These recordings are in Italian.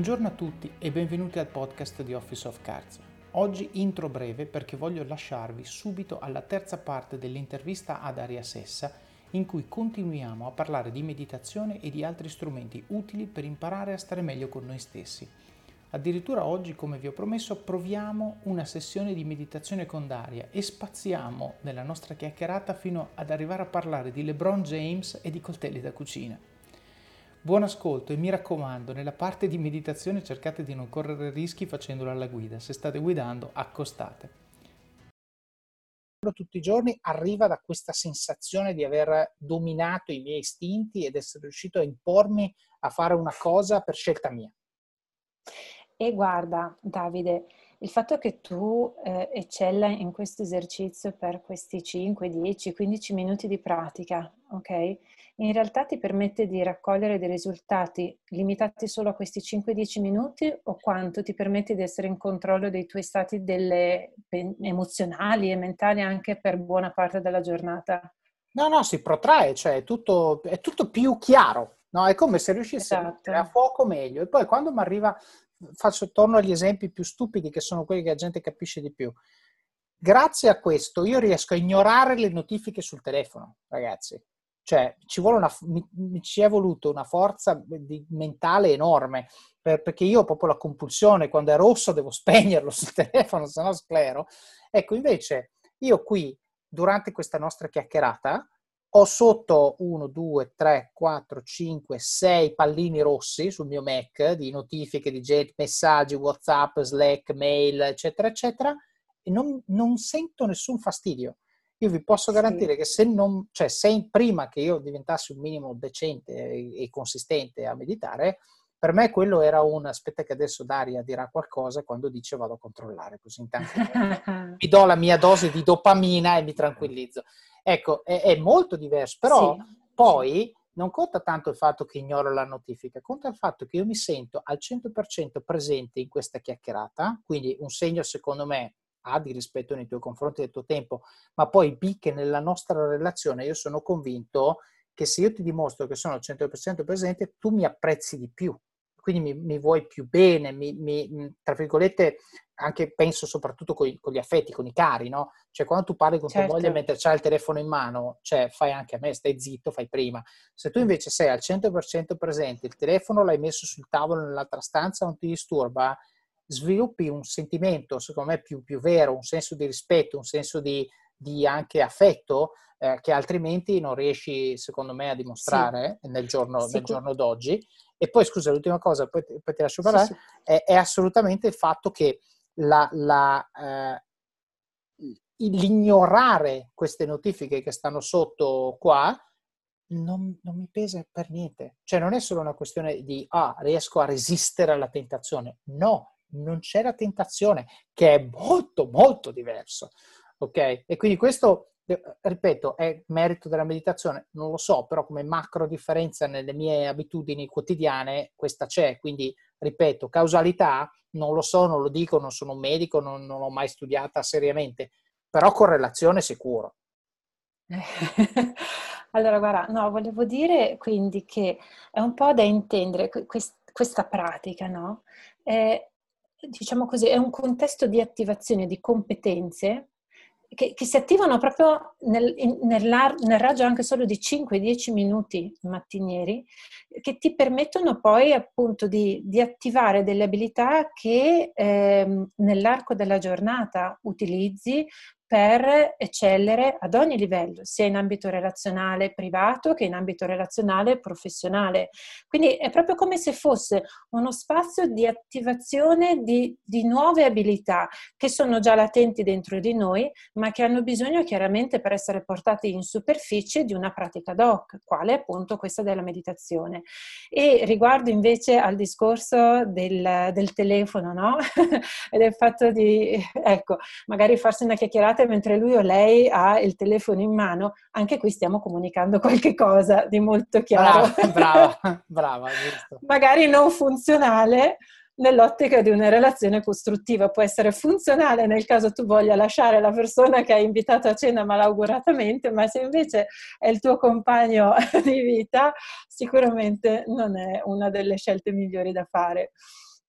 Buongiorno a tutti e benvenuti al podcast di Office of Cards. Oggi intro breve perché voglio lasciarvi subito alla terza parte dell'intervista ad Daria Sessa in cui continuiamo a parlare di meditazione e di altri strumenti utili per imparare a stare meglio con noi stessi. Addirittura oggi, come vi ho promesso, proviamo una sessione di meditazione con Daria e spaziamo nella nostra chiacchierata fino ad arrivare a parlare di LeBron James e di coltelli da cucina. Buon ascolto e mi raccomando, nella parte di meditazione cercate di non correre rischi facendolo alla guida. Se state guidando, accostate. Tutti i giorni arriva da questa sensazione di aver dominato i miei istinti ed essere riuscito a impormi a fare una cosa per scelta mia. E guarda, Davide, il fatto che tu eccella in questo esercizio per questi 5, 10, 15 minuti di pratica, ok? In realtà ti permette di raccogliere dei risultati limitati solo a questi 5-10 minuti o quanto ti permette di essere in controllo dei tuoi stati emozionali e mentali anche per buona parte della giornata? No, si protrae, cioè è tutto più chiaro, no? È come se riuscissi a mettere a Esatto. fuoco meglio. E poi quando mi arriva, torno agli esempi più stupidi che sono quelli che la gente capisce di più. Grazie a questo io riesco a ignorare le notifiche sul telefono, ragazzi. Cioè ci è voluto una forza mentale enorme, perché io ho proprio la compulsione, quando è rosso devo spegnerlo sul telefono, se no sclero. Ecco, invece io qui, durante questa nostra chiacchierata, ho sotto 1, 2, 3, 4, 5, 6 pallini rossi sul mio Mac di notifiche, di gente, messaggi, WhatsApp, Slack, mail, eccetera, eccetera, e non sento nessun fastidio. Io vi posso garantire che se prima che io diventassi un minimo decente e consistente a meditare, per me quello era aspetta che adesso Daria dirà qualcosa quando dice vado a controllare, così intanto mi do la mia dose di dopamina e mi tranquillizzo. Ecco, è molto diverso, però poi non conta tanto il fatto che ignoro la notifica, conta il fatto che io mi sento al 100% presente in questa chiacchierata, quindi un segno secondo me A di rispetto nei tuoi confronti del tuo tempo, ma poi B che nella nostra relazione io sono convinto che se io ti dimostro che sono al 100% presente, tu mi apprezzi di più, quindi mi vuoi più bene, tra virgolette, anche penso soprattutto con gli affetti, con i cari, no? Cioè quando tu parli con tua moglie mentre c'hai il telefono in mano, cioè fai anche a me, stai zitto, fai prima. Se tu invece sei al 100% presente, il telefono l'hai messo sul tavolo nell'altra stanza, non ti disturba, sviluppi un sentimento, secondo me, più vero, un senso di rispetto, un senso di anche affetto, che altrimenti non riesci, secondo me, a dimostrare nel giorno d'oggi. E poi, scusa, l'ultima cosa, poi ti lascio parlare, è assolutamente il fatto che l'ignorare queste notifiche che stanno sotto qua non mi pesa per niente. Cioè non è solo una questione di riesco a resistere alla tentazione. No, non c'è la tentazione, che è molto, molto diverso. Ok? E quindi questo, ripeto, è merito della meditazione? Non lo so, però come macro differenza nelle mie abitudini quotidiane questa c'è. Quindi, ripeto, causalità? Non lo so, non lo dico, non sono un medico, non l'ho mai studiata seriamente, però correlazione sicuro. Allora, guarda, no, volevo dire quindi che è un po' da intendere questa pratica, no? Diciamo così, è un contesto di attivazione di competenze che si attivano proprio nel raggio anche solo di 5-10 minuti mattinieri, che ti permettono poi appunto di attivare delle abilità che nell'arco della giornata utilizzi per eccellere ad ogni livello, sia in ambito relazionale privato che in ambito relazionale professionale. Quindi è proprio come se fosse uno spazio di attivazione di nuove abilità che sono già latenti dentro di noi, ma che hanno bisogno chiaramente per essere portate in superficie di una pratica ad hoc, quale appunto questa della meditazione. E riguardo invece al discorso del telefono, no? E del fatto di, ecco, magari farsi una chiacchierata mentre lui o lei ha il telefono in mano, anche qui stiamo comunicando qualche cosa di molto chiaro. Brava, giusto. Magari non funzionale nell'ottica di una relazione costruttiva. Può essere funzionale nel caso tu voglia lasciare la persona che hai invitato a cena malauguratamente, ma se invece è il tuo compagno di vita, sicuramente non è una delle scelte migliori da fare.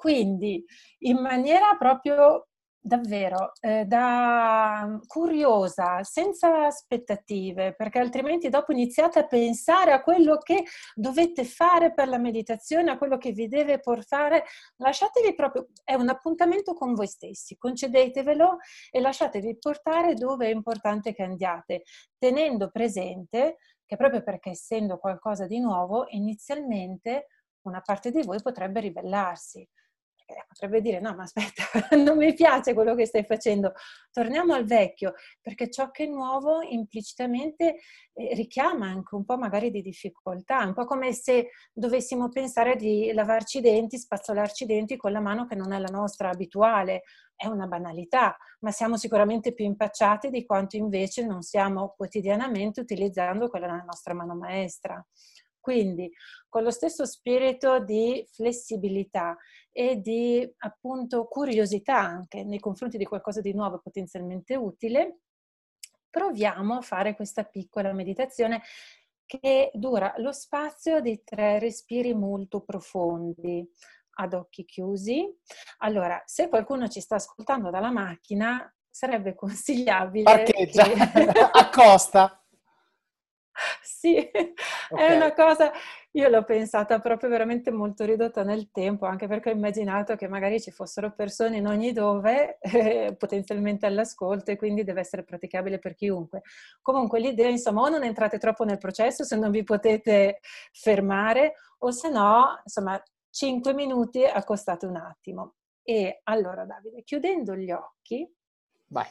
Quindi, in maniera proprio davvero da curiosa, senza aspettative, perché altrimenti dopo iniziate a pensare a quello che dovete fare per la meditazione, a quello che vi deve portare. Lasciatevi proprio, è un appuntamento con voi stessi, concedetevelo e lasciatevi portare dove è importante che andiate, tenendo presente che proprio perché essendo qualcosa di nuovo, inizialmente una parte di voi potrebbe ribellarsi. Potrebbe dire no, ma aspetta, non mi piace quello che stai facendo, torniamo al vecchio, perché ciò che è nuovo implicitamente richiama anche un po' magari di difficoltà, un po' come se dovessimo pensare di lavarci i denti, spazzolarci i denti con la mano che non è la nostra abituale. È una banalità, ma siamo sicuramente più impacciati di quanto invece non siamo quotidianamente utilizzando quella della nostra mano maestra. Quindi, con lo stesso spirito di flessibilità e di appunto curiosità anche nei confronti di qualcosa di nuovo potenzialmente utile, proviamo a fare questa piccola meditazione che dura lo spazio di 3 respiri molto profondi ad occhi chiusi. Allora, se qualcuno ci sta ascoltando dalla macchina, sarebbe consigliabile Parcheggia che a costa. sì, Ok. è una cosa, io l'ho pensata proprio veramente molto ridotta nel tempo, anche perché ho immaginato che magari ci fossero persone in ogni dove, potenzialmente all'ascolto, e quindi deve essere praticabile per chiunque. Comunque l'idea, insomma, o non entrate troppo nel processo se non vi potete fermare, o se no, insomma, 5 minuti accostate un attimo. E allora, Davide, chiudendo gli occhi, Vai.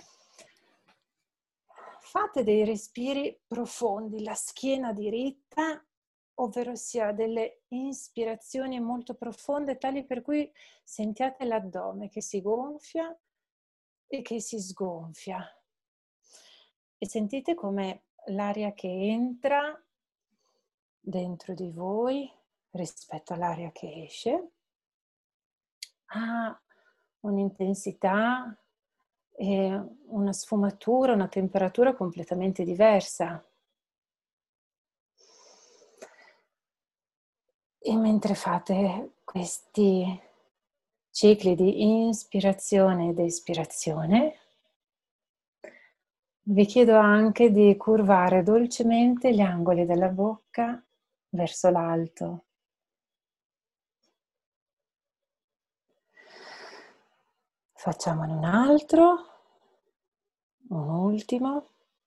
fate dei respiri profondi, la schiena diritta, ovvero sia delle ispirazioni molto profonde, tali per cui sentiate l'addome che si gonfia e che si sgonfia. E sentite come l'aria che entra dentro di voi rispetto all'aria che esce ha un'intensità e una sfumatura, una temperatura completamente diversa. E mentre fate questi cicli di ispirazione ed espirazione, vi chiedo anche di curvare dolcemente gli angoli della bocca verso l'alto. Facciamone un altro, un ultimo.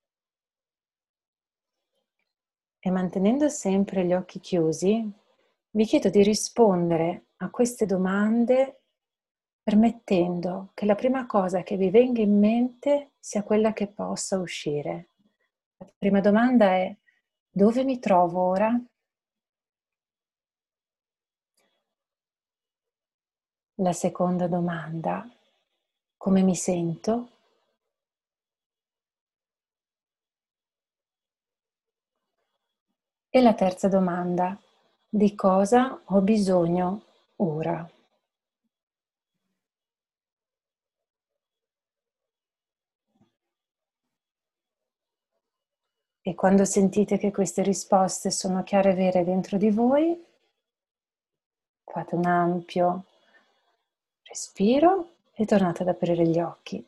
E mantenendo sempre gli occhi chiusi, vi chiedo di rispondere a queste domande permettendo che la prima cosa che vi venga in mente sia quella che possa uscire. La prima domanda è: dove mi trovo ora? La seconda domanda: come mi sento? E la terza domanda: di cosa ho bisogno ora? E quando sentite che queste risposte sono chiare e vere dentro di voi, fate un ampio respiro e tornate ad aprire gli occhi.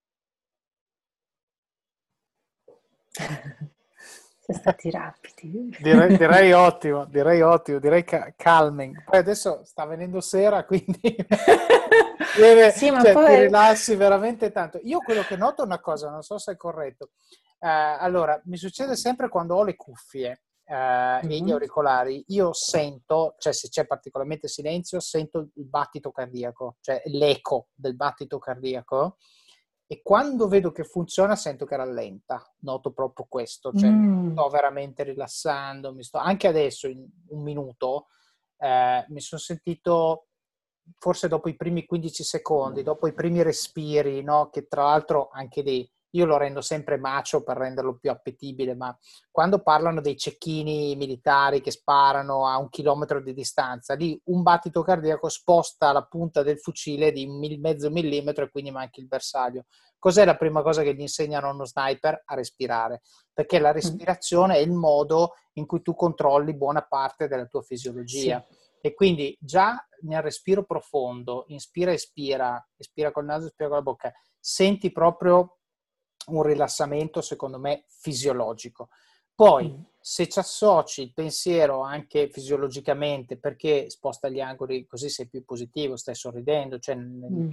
Sono stati rapidi. Direi ottimo, direi calming. Poi adesso sta venendo sera, quindi Sì, ma cioè, ti poi... rilassi veramente tanto. Io quello che noto è una cosa, non so se è corretto. Allora, mi succede sempre quando ho le cuffie e gli auricolari, io sento, cioè se c'è particolarmente silenzio, sento il battito cardiaco, cioè l'eco del battito cardiaco. E quando vedo che funziona sento che rallenta, noto proprio questo, cioè mi sto veramente rilassando, anche adesso in un minuto mi sono sentito, forse dopo i primi 15 secondi, dopo i primi respiri, no? Che tra l'altro anche lì io lo rendo sempre macio per renderlo più appetibile, ma quando parlano dei cecchini militari che sparano a 1 chilometro di distanza, lì un battito cardiaco sposta la punta del fucile di mezzo millimetro e quindi manchi il bersaglio. Cos'è la prima cosa che gli insegnano a uno sniper? A respirare, perché la respirazione è il modo in cui tu controlli buona parte della tua fisiologia. Sì. E quindi già nel respiro profondo, inspira, espira col naso, espira con la bocca, senti proprio un rilassamento, secondo me, fisiologico. Poi, se ci associ il pensiero anche fisiologicamente, perché sposta gli angoli, così sei più positivo, stai sorridendo, cioè il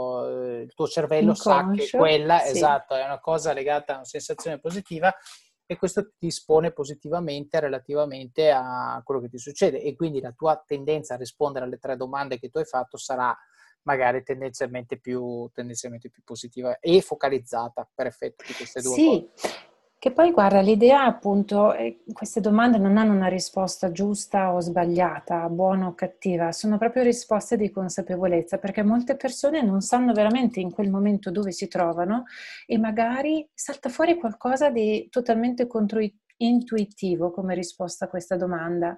tuo cervello sa che Inconscio, quella, sì. esatto, è una cosa legata a una sensazione positiva, e questo ti dispone positivamente relativamente a quello che ti succede, e quindi la tua tendenza a rispondere alle 3 domande che tu hai fatto sarà magari tendenzialmente più positiva e focalizzata per effetto di queste due cose. Sì, che poi guarda, l'idea appunto, queste domande non hanno una risposta giusta o sbagliata, buona o cattiva, sono proprio risposte di consapevolezza, perché molte persone non sanno veramente in quel momento dove si trovano e magari salta fuori qualcosa di totalmente controintuitivo come risposta a questa domanda,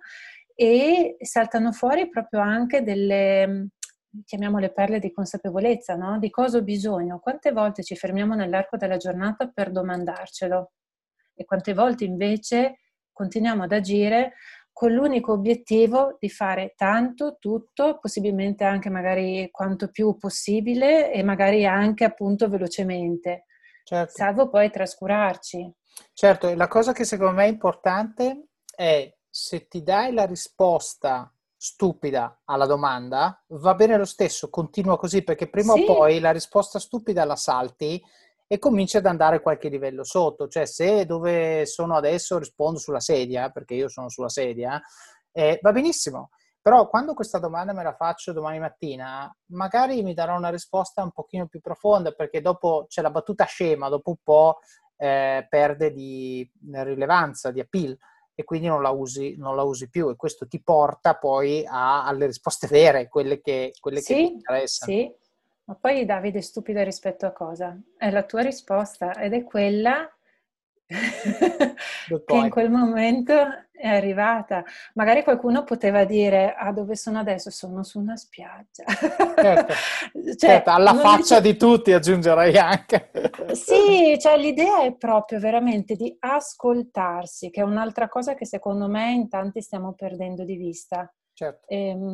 e saltano fuori proprio anche delle, chiamiamole perle di consapevolezza, no? Di cosa ho bisogno. Quante volte ci fermiamo nell'arco della giornata per domandarcelo e quante volte invece continuiamo ad agire con l'unico obiettivo di fare tanto, tutto, possibilmente anche magari quanto più possibile e magari anche appunto velocemente, Certo. salvo poi trascurarci. Certo, e la cosa che secondo me è importante è, se ti dai la risposta stupida alla domanda, va bene lo stesso, continua così, perché prima o Sì, poi la risposta stupida la salti e cominci ad andare qualche livello sotto. Cioè, se dove sono adesso rispondo sulla sedia, perché io sono sulla sedia, va benissimo. Però quando questa domanda me la faccio domani mattina, magari mi darò una risposta un pochino più profonda, perché dopo c'è la battuta scema, dopo un po' perde di rilevanza, di appeal, e quindi non la usi più, e questo ti porta poi alle risposte vere, quelle che ti sì, interessano. sì. Ma poi Davide è stupida rispetto a cosa? È la tua risposta ed è quella Good che in point. quel momento è arrivata. Magari qualcuno poteva dire: "Ah, dove sono adesso? Sono su una spiaggia." Certo, certo, Cioè, alla non faccia dice... di tutti aggiungerei anche. Sì, cioè l'idea è proprio veramente di ascoltarsi, che è un'altra cosa che secondo me in tanti stiamo perdendo di vista. Certo,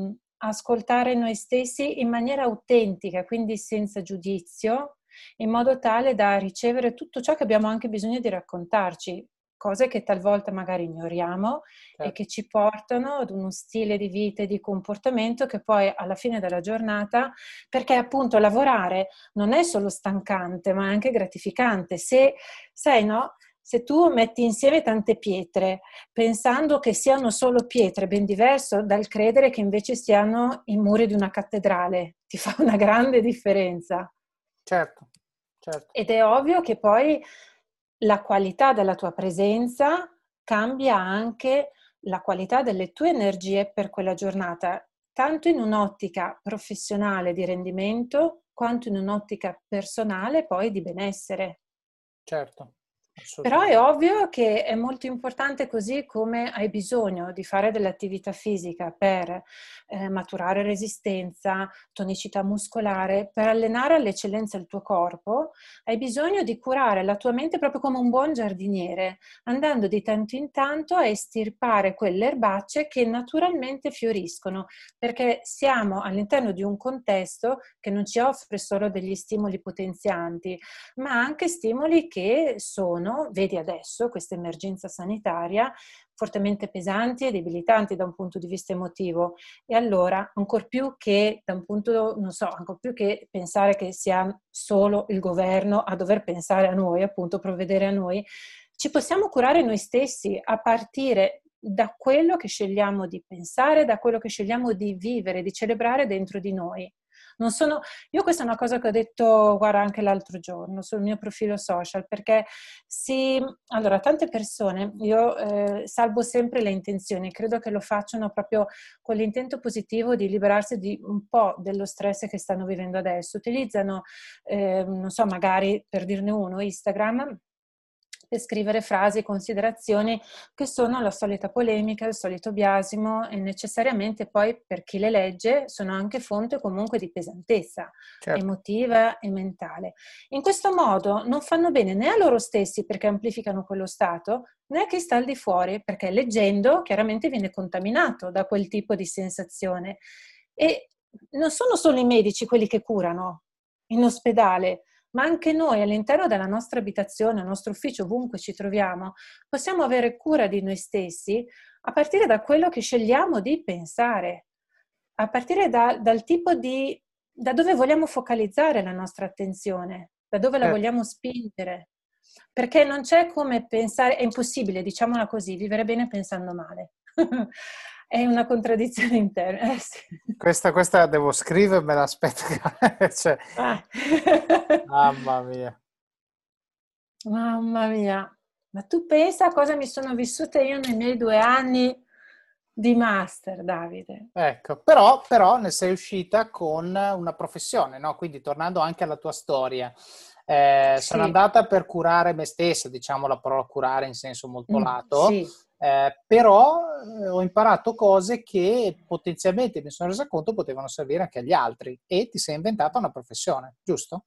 Ascoltare noi stessi in maniera autentica, quindi senza giudizio, in modo tale da ricevere tutto ciò che abbiamo anche bisogno di raccontarci, cose che talvolta magari ignoriamo e certo. che ci portano ad uno stile di vita e di comportamento che poi alla fine della giornata, perché appunto lavorare non è solo stancante, ma è anche gratificante. Se, sai, no? Se tu metti insieme tante pietre pensando che siano solo pietre, ben diverso dal credere che invece siano i muri di una cattedrale, ti fa una grande differenza. Certo, certo. Ed è ovvio che poi la qualità della tua presenza cambia anche la qualità delle tue energie per quella giornata, tanto in un'ottica professionale di rendimento, quanto in un'ottica personale poi di benessere. Certo, Però è assolutamente. ovvio che è molto importante, così come hai bisogno di fare dell'attività fisica per maturare resistenza, tonicità muscolare, per allenare all'eccellenza il tuo corpo, hai bisogno di curare la tua mente proprio come un buon giardiniere, andando di tanto in tanto a estirpare quelle erbacce che naturalmente fioriscono, perché siamo all'interno di un contesto che non ci offre solo degli stimoli potenzianti, ma anche stimoli che sono, vedi adesso, questa emergenza sanitaria, fortemente pesanti e debilitanti da un punto di vista emotivo. E allora, ancor più che da un punto, non so, ancor più che pensare che sia solo il governo a dover pensare a noi, appunto, provvedere a noi, ci possiamo curare noi stessi a partire da quello che scegliamo di pensare, da quello che scegliamo di vivere, di celebrare dentro di noi. Non sono, io questa è una cosa che ho detto, guarda, anche l'altro giorno sul mio profilo social, perché allora, tante persone, io salvo sempre le intenzioni, credo che lo facciano proprio con l'intento positivo di liberarsi di un po' dello stress che stanno vivendo adesso. Utilizzano, non so, magari per dirne uno, Instagram, per scrivere frasi e considerazioni che sono la solita polemica, il solito biasimo e necessariamente poi per chi le legge sono anche fonte comunque di pesantezza Certo. emotiva e mentale. In questo modo non fanno bene né a loro stessi perché amplificano quello stato, né a chi sta al di fuori perché leggendo chiaramente viene contaminato da quel tipo di sensazione. E non sono solo i medici quelli che curano in ospedale, ma anche noi all'interno della nostra abitazione, al nostro ufficio, ovunque ci troviamo, possiamo avere cura di noi stessi a partire da quello che scegliamo di pensare, a partire dal tipo di, da dove vogliamo focalizzare la nostra attenzione, da dove la Certo. vogliamo spingere. Perché non c'è come pensare, è impossibile, diciamola così, vivere bene pensando male. È una contraddizione interna. Sì. Questa devo scrivermela, aspetta. Cioè, Ah. mamma mia. Mamma mia, ma tu pensa a cosa mi sono vissuta io nei miei 2 anni di master, Davide. Ecco, però ne sei uscita con una professione, no? Quindi tornando anche alla tua storia, sono Sì, andata per curare me stessa, diciamo la parola curare in senso molto lato, sì, però ho imparato cose che potenzialmente mi sono resa conto potevano servire anche agli altri e ti sei inventata una professione, giusto?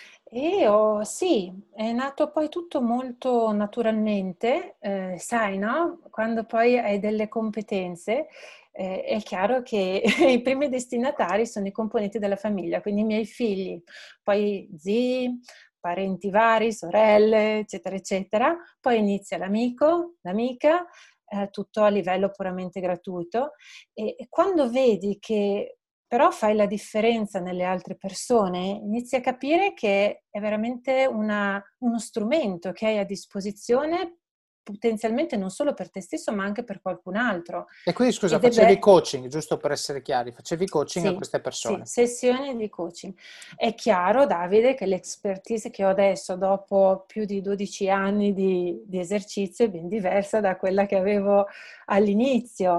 sì, è nato poi tutto molto naturalmente, sai, no? Quando poi hai delle competenze, è chiaro che i primi destinatari sono i componenti della famiglia, quindi i miei figli, poi zii, parenti vari, sorelle, eccetera, eccetera. Poi inizia l'amico, l'amica, tutto a livello puramente gratuito. E quando vedi che però fai la differenza nelle altre persone, inizi a capire che è veramente uno strumento che hai a disposizione potenzialmente non solo per te stesso, ma anche per qualcun altro. E quindi scusa, Ed è facevi coaching, giusto per essere chiari, facevi coaching a sì, queste sì, persone. sessioni di coaching. È chiaro, Davide, che l'expertise che ho adesso, dopo più di 12 anni di esercizio, è ben diversa da quella che avevo all'inizio.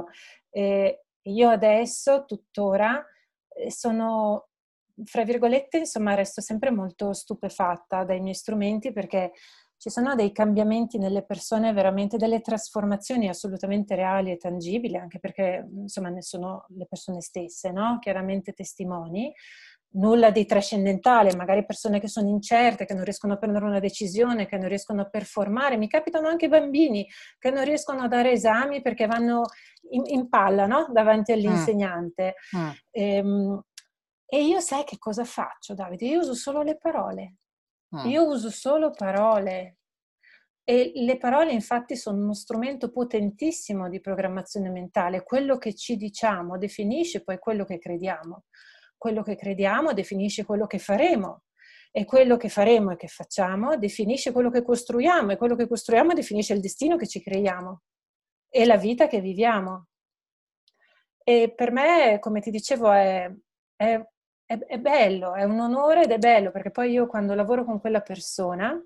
Io adesso, tuttora, sono, fra virgolette, insomma, resto sempre molto stupefatta dai miei strumenti perché ci sono dei cambiamenti nelle persone, veramente delle trasformazioni assolutamente reali e tangibili, anche perché insomma ne sono le persone stesse, no? Chiaramente testimoni. Nulla di trascendentale, magari persone che sono incerte, che non riescono a prendere una decisione, che non riescono a performare. Mi capitano anche bambini che non riescono a dare esami perché vanno in palla, no? Davanti Mm, all'insegnante. mm, Ehm, E io sai che cosa faccio, Davide? Io uso solo le parole. mm. Io uso solo parole. E le parole infatti sono uno strumento potentissimo di programmazione mentale. Quello che ci diciamo definisce poi quello che crediamo. Quello che crediamo definisce quello che faremo. E quello che faremo e che facciamo definisce quello che costruiamo. E quello che costruiamo definisce il destino che ci creiamo. E la vita che viviamo. E per me, come ti dicevo, è, è bello, è un onore ed è bello, perché poi io quando lavoro con quella persona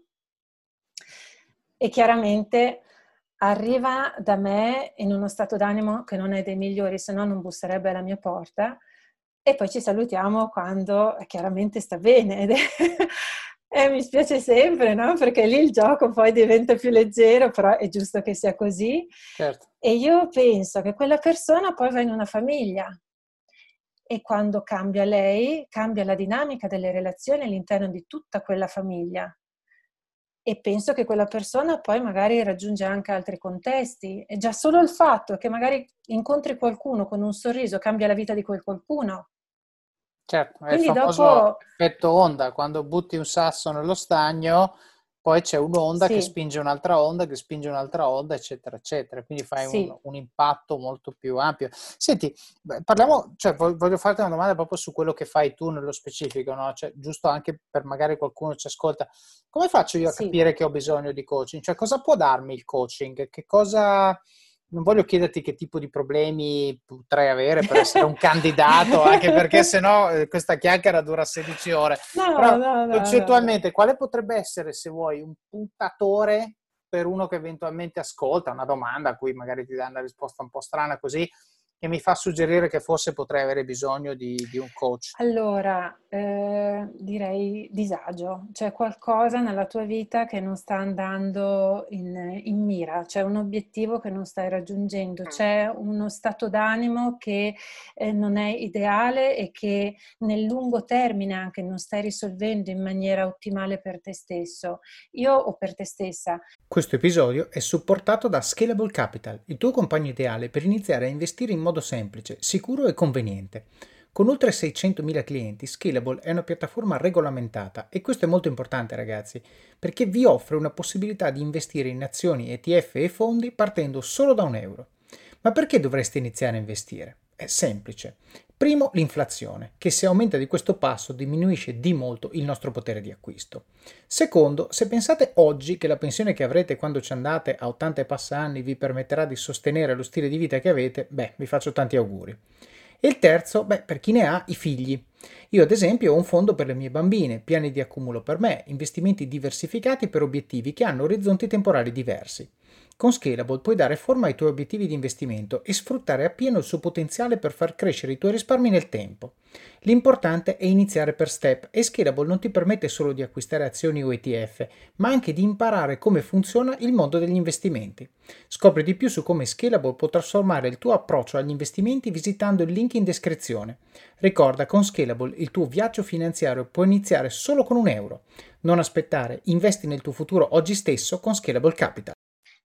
e chiaramente arriva da me in uno stato d'animo che non è dei migliori, se no non busserebbe alla mia porta, e poi ci salutiamo quando chiaramente sta bene. E mi spiace sempre, no? Perché lì il gioco poi diventa più leggero, però è giusto che sia così. Certo. E io penso che quella persona poi va in una famiglia e quando cambia lei, cambia la dinamica delle relazioni all'interno di tutta quella famiglia. E penso che quella persona poi magari raggiunge anche altri contesti. E già solo il fatto che magari incontri qualcuno con un sorriso cambia la vita di quel qualcuno. Certo, è il Quindi famoso dopo, effetto onda, quando butti un sasso nello stagno, poi c'è un'onda che sì, spinge un'altra onda, che spinge un'altra onda, eccetera, eccetera. Quindi fai sì, un impatto molto più ampio. Senti, parliamo, cioè voglio farti una domanda proprio su quello che fai tu nello specifico, no? Cioè, giusto anche per magari qualcuno ci ascolta. Come faccio io a sì. capire che ho bisogno di coaching? Cioè, cosa può darmi il coaching? Che cosa... Non voglio chiederti che tipo di problemi potrei avere per essere un candidato, anche perché sennò questa chiacchiera dura 16 ore. No, Però no, no, no, no. concettualmente, quale potrebbe essere, se vuoi, un puntatore per uno che eventualmente ascolta una domanda a cui magari ti dà una risposta un po' strana così, che mi fa suggerire che forse potrei avere bisogno di un coach? Allora, direi disagio, c'è qualcosa nella tua vita che non sta andando in mira, c'è un obiettivo che non stai raggiungendo, c'è uno stato d'animo che non è ideale e che nel lungo termine anche non stai risolvendo in maniera ottimale per te stesso, io o per te stessa. Questo episodio è supportato da Scalable Capital, il tuo compagno ideale per iniziare a investire in modo semplice, sicuro e conveniente. Con oltre 600.000 clienti, Scalable è una piattaforma regolamentata e questo è molto importante, ragazzi, perché vi offre una possibilità di investire in azioni, ETF e fondi partendo solo da €1. Ma perché dovreste iniziare a investire? È semplice. Primo, l'inflazione, che se aumenta di questo passo diminuisce di molto il nostro potere di acquisto. Secondo, se pensate oggi che la pensione che avrete quando ci andate a 80 e passa anni vi permetterà di sostenere lo stile di vita che avete, vi faccio tanti auguri. E il terzo, per chi ne ha, i figli. Io ad esempio ho un fondo per le mie bambine, piani di accumulo per me, investimenti diversificati per obiettivi che hanno orizzonti temporali diversi. Con Scalable puoi dare forma ai tuoi obiettivi di investimento e sfruttare appieno il suo potenziale per far crescere i tuoi risparmi nel tempo. L'importante è iniziare per step e Scalable non ti permette solo di acquistare azioni o ETF, ma anche di imparare come funziona il mondo degli investimenti. Scopri di più su come Scalable può trasformare il tuo approccio agli investimenti visitando il link in descrizione. Ricorda, con Scalable il tuo viaggio finanziario può iniziare solo con €1. Non aspettare, investi nel tuo futuro oggi stesso con Scalable Capital.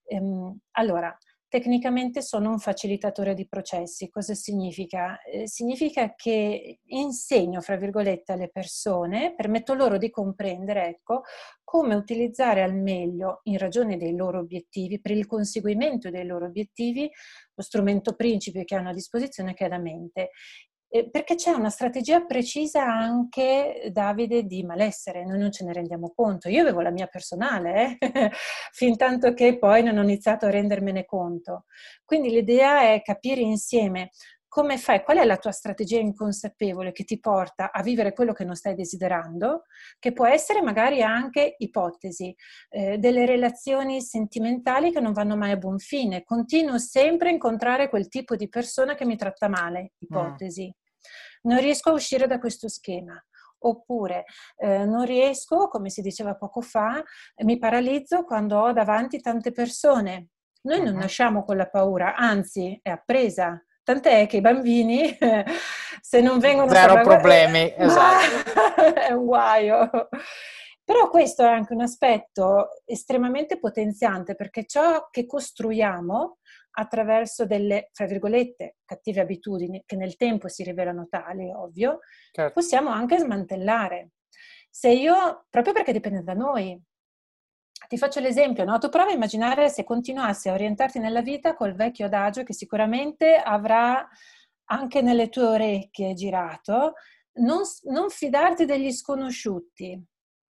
Allora, tecnicamente sono un facilitatore di processi. Cosa significa? Significa che insegno, fra virgolette, alle persone, permetto loro di comprendere, ecco, come utilizzare al meglio, in ragione dei loro obiettivi, per il conseguimento dei loro obiettivi, lo strumento principe che hanno a disposizione, che è la mente. Perché c'è una strategia precisa anche, Davide, di malessere, noi non ce ne rendiamo conto. Io avevo la mia personale, fin tanto che poi non ho iniziato a rendermene conto. Quindi l'idea è capire insieme come fai, qual è la tua strategia inconsapevole che ti porta a vivere quello che non stai desiderando, che può essere magari anche ipotesi, delle relazioni sentimentali che non vanno mai a buon fine. Continuo sempre a incontrare quel tipo di persona che mi tratta male, ipotesi. Non riesco a uscire da questo schema. Oppure non riesco, come si diceva poco fa, mi paralizzo quando ho davanti tante persone. Noi non nasciamo con la paura, anzi è appresa. Tant'è che i bambini, se non vengono Zero problemi, esatto. è un guaio. Però questo è anche un aspetto estremamente potenziante, perché ciò che costruiamo attraverso delle, fra virgolette, cattive abitudini, che nel tempo si rivelano tali, ovvio, Certo. possiamo anche smantellare. Se io, proprio perché dipende da noi, ti faccio l'esempio, no? Tu prova a immaginare se continuassi a orientarti nella vita col vecchio adagio che sicuramente avrà anche nelle tue orecchie girato, non fidarti degli sconosciuti.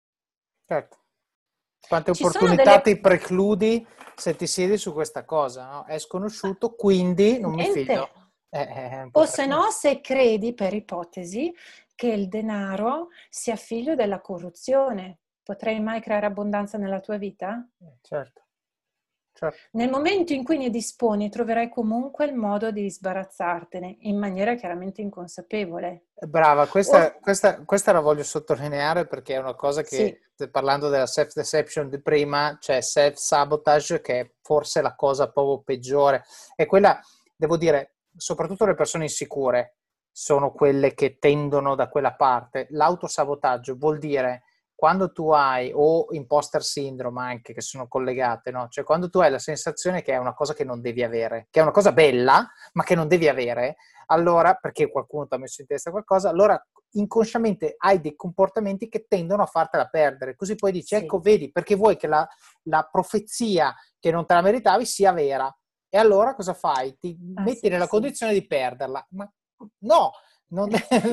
Certo. Quante Ci sono opportunità ti precludi se ti siedi su questa cosa, no? È sconosciuto, quindi non mi fido. Niente. Un po' O se no, se credi, per ipotesi, che il denaro sia figlio della corruzione, potrai mai creare abbondanza nella tua vita? Certo. Certo. Nel momento in cui ne disponi, troverai comunque il modo di sbarazzartene, in maniera chiaramente inconsapevole. Brava, questa la voglio sottolineare perché è una cosa Sì. che, parlando della self-deception di prima, c'è self-sabotage che è forse la cosa proprio peggiore. E quella, devo dire, soprattutto le persone insicure sono quelle che tendono da quella parte. L'autosabotaggio vuol dire quando tu hai, o imposter syndrome anche, che sono collegate, no? Cioè quando tu hai la sensazione che è una cosa che non devi avere, che è una cosa bella, ma che non devi avere, allora, perché qualcuno ti ha messo in testa qualcosa, allora inconsciamente hai dei comportamenti che tendono a fartela perdere. Così poi dici, Sì. ecco, vedi, perché vuoi che la profezia che non te la meritavi sia vera. E allora cosa fai? Ti metti nella condizione di perderla. Ma no! Non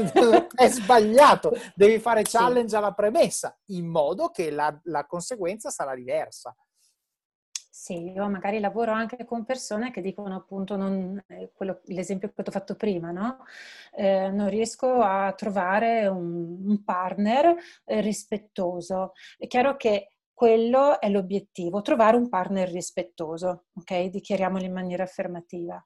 è sbagliato, devi fare challenge alla premessa in modo che la conseguenza sarà diversa. Sì, io magari lavoro anche con persone che dicono appunto l'esempio che ti ho fatto prima, no? Non riesco a trovare un partner rispettoso. È chiaro che quello è l'obiettivo, trovare un partner rispettoso, ok? Dichiariamolo in maniera affermativa.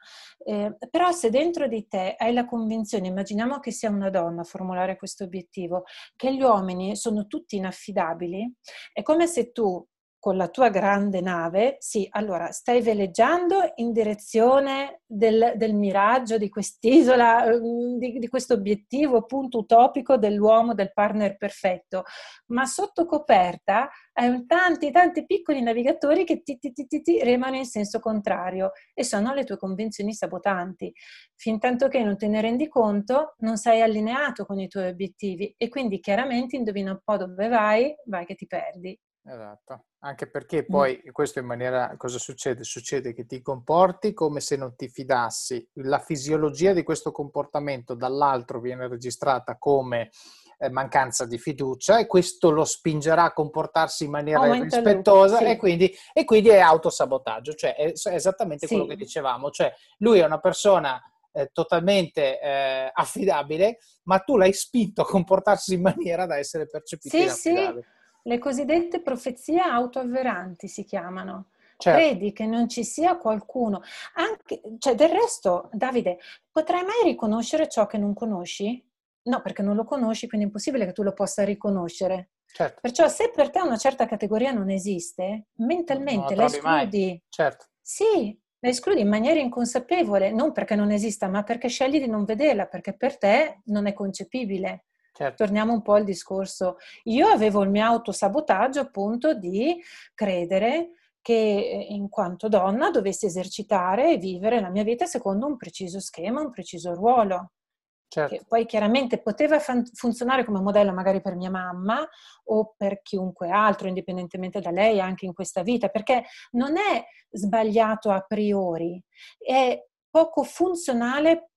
Però se dentro di te hai la convinzione, immaginiamo che sia una donna a formulare questo obiettivo, che gli uomini sono tutti inaffidabili, è come se tu con la tua grande nave, sì, allora stai veleggiando in direzione del miraggio, di quest'isola, di questo obiettivo, punto utopico dell'uomo, del partner perfetto, ma sotto coperta hai tanti piccoli navigatori che ti remano in senso contrario e sono le tue convinzioni sabotanti. Fintanto che non te ne rendi conto, non sei allineato con i tuoi obiettivi e quindi chiaramente indovina un po' dove vai che ti perdi. Esatto, anche perché poi questo in maniera, cosa succede? Succede che ti comporti come se non ti fidassi, la fisiologia di questo comportamento dall'altro viene registrata come mancanza di fiducia e questo lo spingerà a comportarsi in maniera Aumenta il loop, irrispettosa sì. e quindi è autosabotaggio, cioè è esattamente quello che Sì. dicevamo, cioè lui è una persona totalmente affidabile, ma tu l'hai spinto a comportarsi in maniera da essere percepito Sì, sì, inaffidabile. le cosiddette profezie autoavveranti si chiamano. Certo. Credi che non ci sia qualcuno, anche, cioè del resto, Davide, potrai mai riconoscere ciò che non conosci? No, perché non lo conosci, quindi è impossibile che tu lo possa riconoscere. Certo, Perciò se per te una certa categoria non esiste, non la mentalmente la trovi mai. escludi. Certo, Sì, la escludi in maniera inconsapevole, non perché non esista, ma perché scegli di non vederla, perché per te non è concepibile. certo, Torniamo un po' al discorso. Io avevo il mio autosabotaggio appunto di credere che in quanto donna dovessi esercitare e vivere la mia vita secondo un preciso schema, un preciso ruolo, che certo, poi chiaramente poteva funzionare come modello magari per mia mamma o per chiunque altro, indipendentemente da lei, anche in questa vita, perché non è sbagliato a priori, è poco funzionale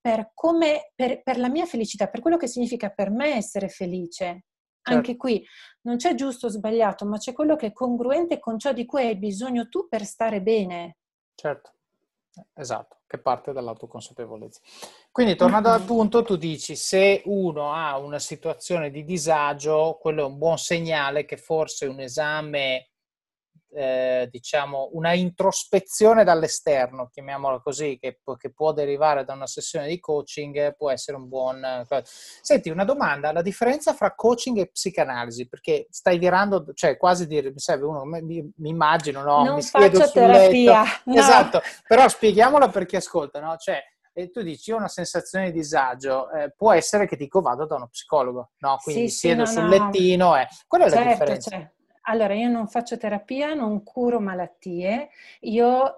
per la mia felicità, per quello che significa per me essere felice. certo, Anche qui non c'è giusto o sbagliato, ma c'è quello che è congruente con ciò di cui hai bisogno tu per stare bene. certo. Esatto, che parte dall'autoconsapevolezza. Quindi, tornando al Mm-mm. punto, tu dici, se uno ha una situazione di disagio, quello è un buon segnale che forse un esame, diciamo, una introspezione dall'esterno, chiamiamola così, che può derivare da una sessione di coaching, può essere un buon... Senti, una domanda, la differenza fra coaching e psicanalisi, perché stai virando, cioè quasi dire, mi serve uno, mi immagino, no? Mi Non siedo faccio sul letto, terapia, no. esatto, però spieghiamola per chi ascolta, no? Cioè, e tu dici, ho una sensazione di disagio, può essere che dico vado da uno psicologo, no? Quindi Sì, mi sì, siedo no, sul no. lettino, quella è la Certo, differenza. cioè. Allora, io non faccio terapia, non curo malattie. Io,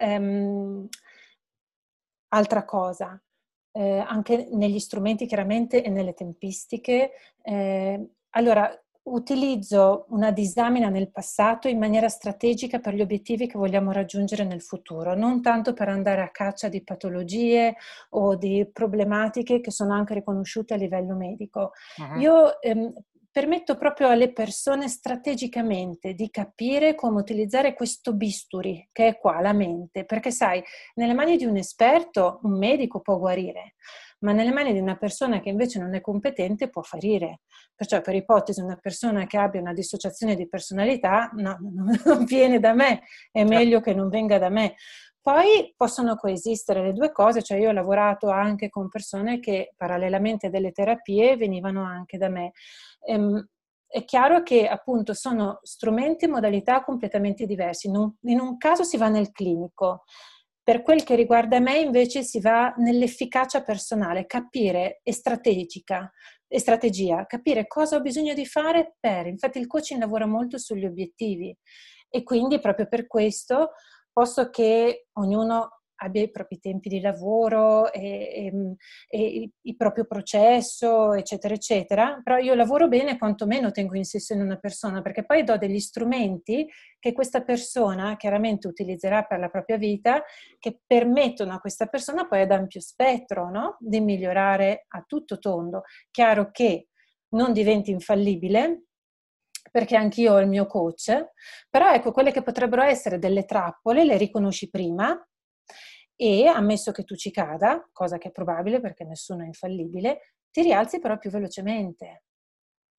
altra cosa, anche negli strumenti chiaramente e nelle tempistiche, allora utilizzo una disamina nel passato in maniera strategica per gli obiettivi che vogliamo raggiungere nel futuro, non tanto per andare a caccia di patologie o di problematiche che sono anche riconosciute a livello medico. Mhm. Io permetto proprio alle persone strategicamente di capire come utilizzare questo bisturi che è qua, la mente, perché sai, nelle mani di un esperto, un medico può guarire, ma nelle mani di una persona che invece non è competente può ferire. Perciò, per ipotesi, una persona che abbia una dissociazione di personalità, no, non viene da me, è Certo. meglio che non venga da me. Poi possono coesistere le due cose, cioè io ho lavorato anche con persone che parallelamente a delle terapie venivano anche da me. È chiaro che appunto sono strumenti e modalità completamente diversi. In un caso si va nel clinico, per quel che riguarda me invece si va nell'efficacia personale, capire e strategia, capire cosa ho bisogno di fare per. Infatti il coaching lavora molto sugli obiettivi e quindi proprio per questo, posto che ognuno abbia i propri tempi di lavoro e il proprio processo, eccetera, eccetera, però io lavoro bene quantomeno tengo in sessione una persona, perché poi do degli strumenti che questa persona chiaramente utilizzerà per la propria vita, che permettono a questa persona poi ad ampio spettro, no? Di migliorare a tutto tondo. Chiaro che non diventi infallibile, perché anch'io ho il mio coach, però ecco, quelle che potrebbero essere delle trappole le riconosci prima e, ammesso che tu ci cada, cosa che è probabile perché nessuno è infallibile, ti rialzi però più velocemente.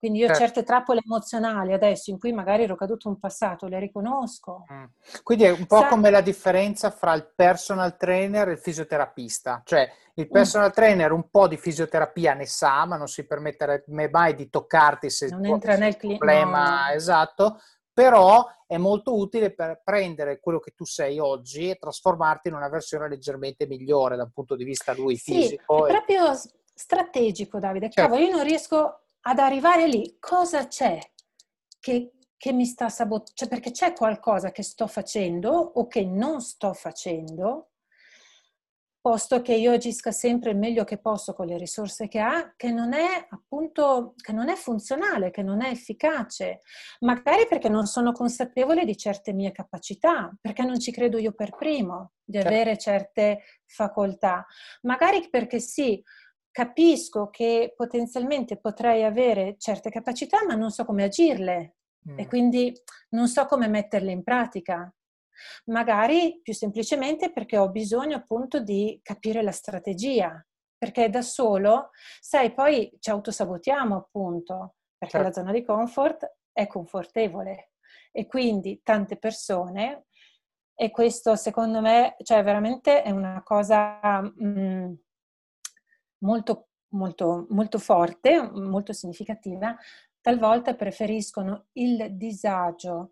Quindi io Certo. certe trappole emozionali adesso, in cui magari ero caduto in passato, le riconosco. Quindi è un po' Sa- come la differenza fra il personal trainer e il fisioterapista, cioè il Mm, personal trainer un po' di fisioterapia ne sa, ma non si permetterebbe mai di toccarti se non tu entra avessi un nel no, problema no. esatto, però è molto utile per prendere quello che tu sei oggi e trasformarti in una versione leggermente migliore dal punto di vista lui Sì, è fisico. proprio strategico, Davide. Certo, Cavolo, io non riesco ad arrivare lì. Cosa c'è che mi sta sabotando? Cioè, perché c'è qualcosa che sto facendo o che non sto facendo, posto che io agisca sempre il meglio che posso con le risorse che ha, che non è appunto, che non è funzionale, che non è efficace. Magari perché non sono consapevole di certe mie capacità, perché non ci credo io per primo di certo. avere certe facoltà. Magari perché sì, capisco che potenzialmente potrei avere certe capacità, ma non so come agirle e Mm, quindi non so come metterle in pratica. Magari più semplicemente perché ho bisogno appunto di capire la strategia, perché da solo, sai, poi ci autosabotiamo appunto, perché la certo. zona di comfort è confortevole e quindi tante persone, e questo secondo me, cioè veramente è una cosa molto, molto, molto forte, molto significativa, talvolta preferiscono il disagio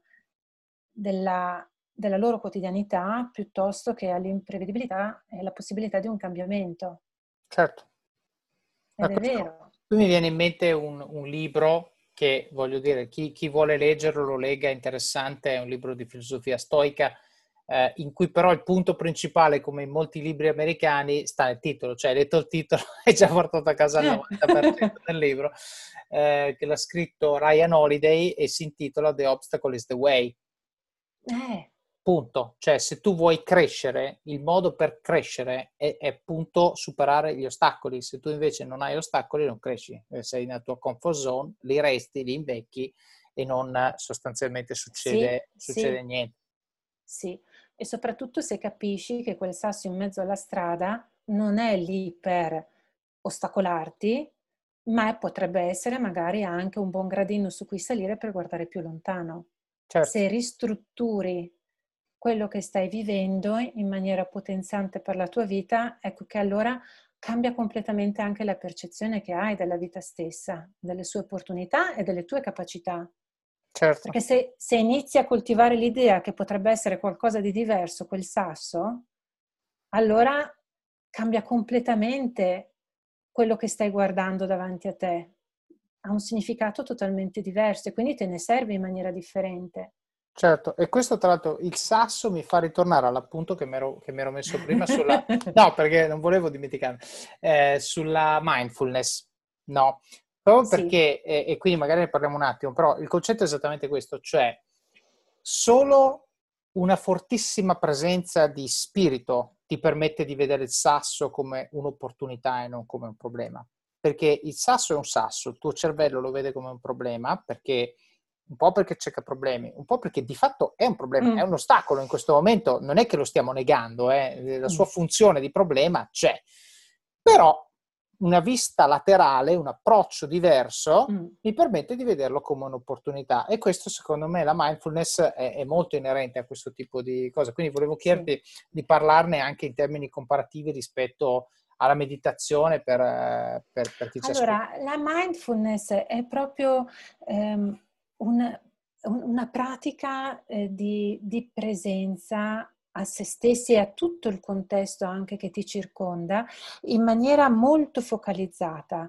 della loro quotidianità piuttosto che all'imprevedibilità e alla possibilità di un cambiamento. Certo. Ed è vero. Qui mi viene in mente un libro che, voglio dire, chi vuole leggerlo lo legga, è interessante, è un libro di filosofia stoica, in cui però il punto principale, come in molti libri americani, sta nel titolo, cioè hai letto il titolo e già portato a casa il 90% del libro, che l'ha scritto Ryan Holiday e si intitola The Obstacle is the Way. Eh, Punto. Cioè, se tu vuoi crescere, il modo per crescere è appunto superare gli ostacoli. Se tu invece non hai ostacoli, non cresci. Sei nella tua comfort zone, li resti, li invecchi e non sostanzialmente sì, succede sì, niente. sì. E soprattutto se capisci che quel sasso in mezzo alla strada non è lì per ostacolarti, ma potrebbe essere magari anche un buon gradino su cui salire per guardare più lontano. Certo, Se ristrutturi quello che stai vivendo in maniera potenziante per la tua vita, ecco che allora cambia completamente anche la percezione che hai della vita stessa, delle sue opportunità e delle tue capacità. certo, Perché se inizi a coltivare l'idea che potrebbe essere qualcosa di diverso quel sasso, allora cambia completamente quello che stai guardando davanti a te. Ha un significato totalmente diverso e quindi te ne serve in maniera differente. certo. E questo, tra l'altro, il sasso mi fa ritornare all'appunto che mi ero messo prima sulla... No, perché non volevo dimenticarmi, sulla mindfulness. No, proprio Sì. perché, e quindi magari ne parliamo un attimo, però il concetto è esattamente questo, cioè solo una fortissima presenza di spirito ti permette di vedere il sasso come un'opportunità e non come un problema. Perché il sasso è un sasso, il tuo cervello lo vede come un problema, perché un po' perché cerca problemi, un po' perché di fatto è un problema, è Mm. un ostacolo in questo momento, non è che lo stiamo negando, la sua Mm. funzione di problema c'è. Però una vista laterale, un approccio diverso, Mm. mi permette di vederlo come un'opportunità e questo secondo me la mindfulness è molto inerente a questo tipo di cose, quindi volevo Sì. chiederti di parlarne anche in termini comparativi rispetto alla meditazione per chi ci ascolta. Allora, la mindfulness è proprio ehm, una pratica di presenza a se stessi e a tutto il contesto anche che ti circonda in maniera molto focalizzata.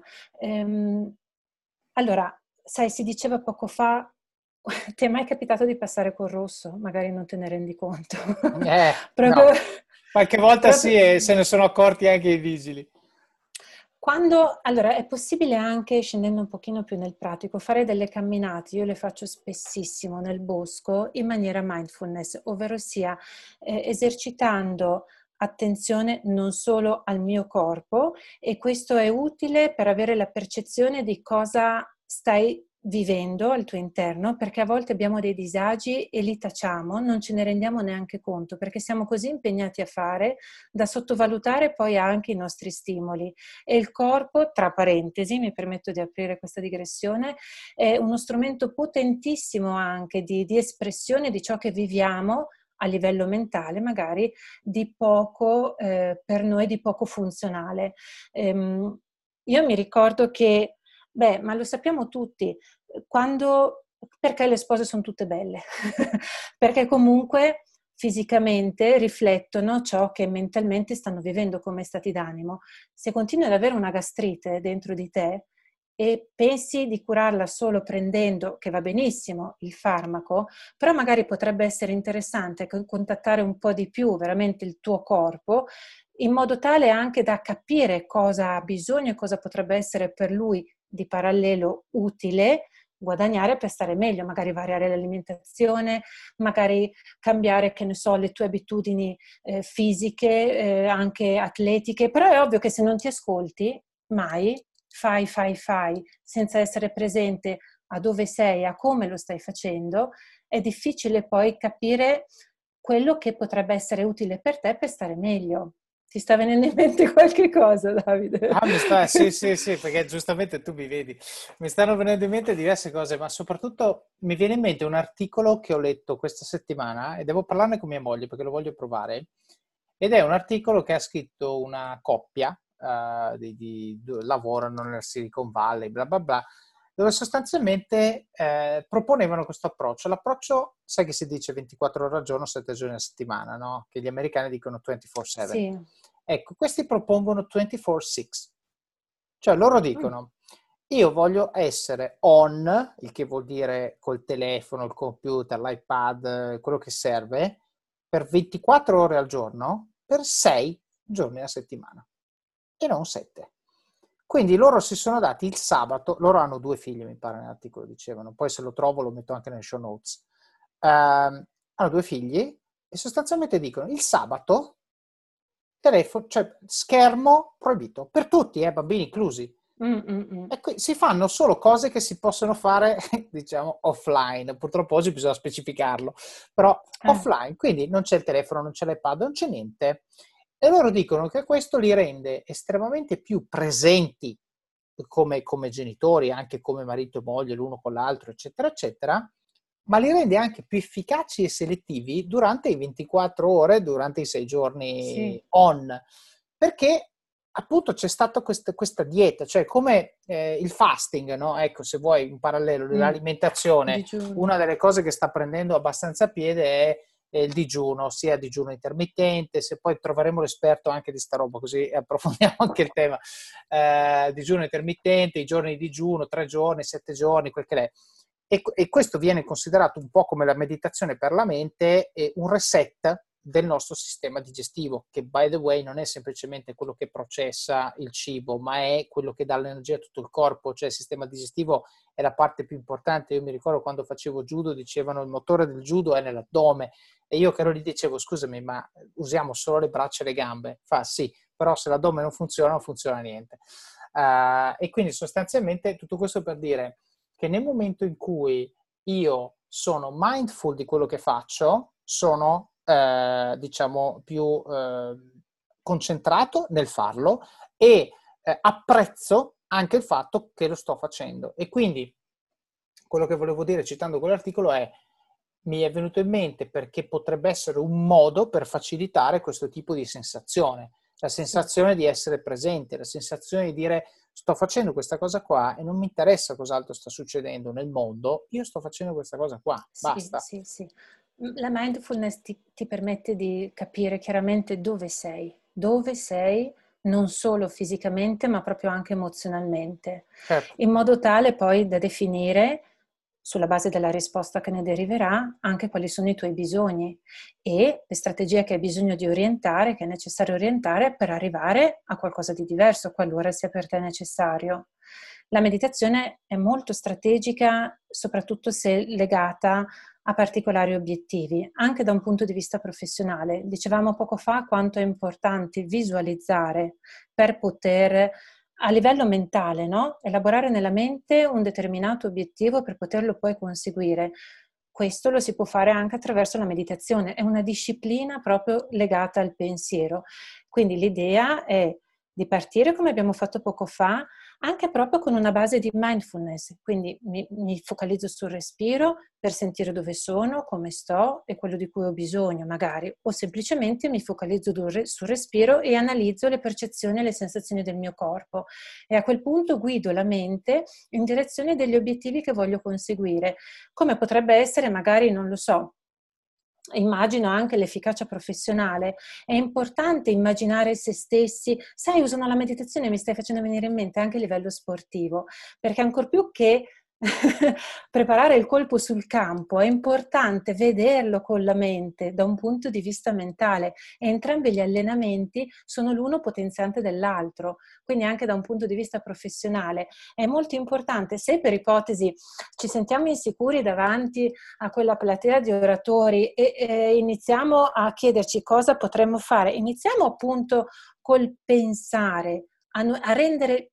Allora, sai, si diceva poco fa, ti è mai capitato di passare col rosso? Magari non te ne rendi conto. Proprio, No, qualche volta sì proprio e se ne sono accorti anche i vigili. quando, allora, è possibile anche, scendendo un pochino più nel pratico, fare delle camminate, io le faccio spessissimo nel bosco in maniera mindfulness, ovvero sia esercitando attenzione non solo al mio corpo e questo è utile per avere la percezione di cosa stai vivendo al tuo interno, perché a volte abbiamo dei disagi e li tacciamo, non ce ne rendiamo neanche conto, perché siamo così impegnati a fare da sottovalutare poi anche i nostri stimoli. E il corpo, tra parentesi, mi permetto di aprire questa digressione, è uno strumento potentissimo anche di espressione di ciò che viviamo a livello mentale, magari di poco, per noi di poco funzionale. Io mi ricordo che, ma lo sappiamo tutti, perché le spose sono tutte belle? Perché comunque fisicamente riflettono ciò che mentalmente stanno vivendo come stati d'animo. Se continui ad avere una gastrite dentro di te e pensi di curarla solo prendendo, che va benissimo, il farmaco, però magari potrebbe essere interessante contattare un po' di più veramente il tuo corpo, in modo tale anche da capire cosa ha bisogno e cosa potrebbe essere per lui di parallelo utile guadagnare per stare meglio, magari variare l'alimentazione, magari cambiare, che ne so, le tue abitudini fisiche, anche atletiche, però è ovvio che se non ti ascolti mai, fai, senza essere presente a dove sei, a come lo stai facendo, è difficile poi capire quello che potrebbe essere utile per te per stare meglio. Ti sta venendo in mente qualche cosa, Davide? Sì, sì, sì, perché giustamente tu mi vedi. Mi stanno venendo in mente diverse cose, ma soprattutto mi viene in mente un articolo che ho letto questa settimana e devo parlarne con mia moglie perché lo voglio provare. Ed è un articolo che ha scritto una coppia, lavorano nel Silicon Valley, bla bla bla, dove sostanzialmente proponevano questo approccio. L'approccio, sai che si dice 24 ore al giorno, 7 giorni a settimana, no? Che gli americani dicono 24/7. Sì. Ecco, questi propongono 24/6. Cioè loro dicono, io voglio essere on, il che vuol dire col telefono, il computer, l'iPad, quello che serve, per 24 ore al giorno, per 6 giorni a settimana e non 7. Quindi loro si sono dati il sabato, loro hanno 2 figli, mi pare nell'articolo dicevano, poi se lo trovo lo metto anche nelle show notes. Hanno 2 figli e sostanzialmente dicono il sabato telefono, cioè schermo proibito per tutti, bambini inclusi. E qui si fanno solo cose che si possono fare, diciamo, offline. Purtroppo oggi bisogna specificarlo, però offline, quindi non c'è il telefono, non c'è l'iPad, non c'è niente. E loro dicono che questo li rende estremamente più presenti come genitori, anche come marito e moglie, l'uno con l'altro, eccetera, eccetera, ma li rende anche più efficaci e selettivi durante i 24 ore, durante i 6 giorni on, perché appunto c'è stata questa dieta, cioè come il fasting, no? Ecco, se vuoi in parallelo dell'alimentazione, una delle cose che sta prendendo abbastanza piede è il digiuno, sia digiuno intermittente, se poi troveremo l'esperto anche di sta roba, così approfondiamo anche il tema, digiuno intermittente, i giorni di digiuno, 3 giorni, 7 giorni, quel che è. E questo viene considerato un po' come la meditazione per la mente e un reset del nostro sistema digestivo, che by the way non è semplicemente quello che processa il cibo, ma è quello che dà l'energia a tutto il corpo, cioè il sistema digestivo è la parte più importante. Io mi ricordo quando facevo judo, dicevano il motore del judo è nell'addome, e io che ero lì dicevo scusami, ma usiamo solo le braccia e le gambe? Fa sì, però se l'addome non funziona niente. E quindi sostanzialmente tutto questo per dire che nel momento in cui io sono mindful di quello che faccio, sono diciamo più concentrato nel farlo e apprezzo anche il fatto che lo sto facendo. E quindi quello che volevo dire citando quell'articolo è: mi è venuto in mente perché potrebbe essere un modo per facilitare questo tipo di sensazione, la sensazione di essere presente, la sensazione di dire sto facendo questa cosa qua e non mi interessa cos'altro sta succedendo nel mondo, io sto facendo questa cosa qua, basta. Sì. La mindfulness ti permette di capire chiaramente dove sei, non solo fisicamente, ma proprio anche emozionalmente, Certo. in modo tale poi da definire, sulla base della risposta che ne deriverà, anche quali sono i tuoi bisogni e le strategie che hai bisogno di orientare, che è necessario orientare per arrivare a qualcosa di diverso, qualora sia per te necessario. La meditazione è molto strategica, soprattutto se legata a particolari obiettivi, anche da un punto di vista professionale. Dicevamo poco fa quanto è importante visualizzare per poter a livello mentale, no? Elaborare nella mente un determinato obiettivo per poterlo poi conseguire. Questo lo si può fare anche attraverso la meditazione, è una disciplina proprio legata al pensiero. Quindi l'idea è di partire, come abbiamo fatto poco fa, anche proprio con una base di mindfulness. Quindi mi focalizzo sul respiro per sentire dove sono, come sto e quello di cui ho bisogno magari, o semplicemente mi focalizzo sul respiro e analizzo le percezioni e le sensazioni del mio corpo. E a quel punto guido la mente in direzione degli obiettivi che voglio conseguire, come potrebbe essere magari, non lo so, immagino anche l'efficacia professionale. È importante immaginare se stessi, sai, usano la meditazione, mi stai facendo venire in mente anche a livello sportivo, perché ancor più che preparare il colpo sul campo, è importante vederlo con la mente da un punto di vista mentale, e entrambi gli allenamenti sono l'uno potenziante dell'altro, quindi anche da un punto di vista professionale è molto importante. Se per ipotesi ci sentiamo insicuri davanti a quella platea di oratori e iniziamo a chiederci cosa potremmo fare, iniziamo appunto col pensare, a rendere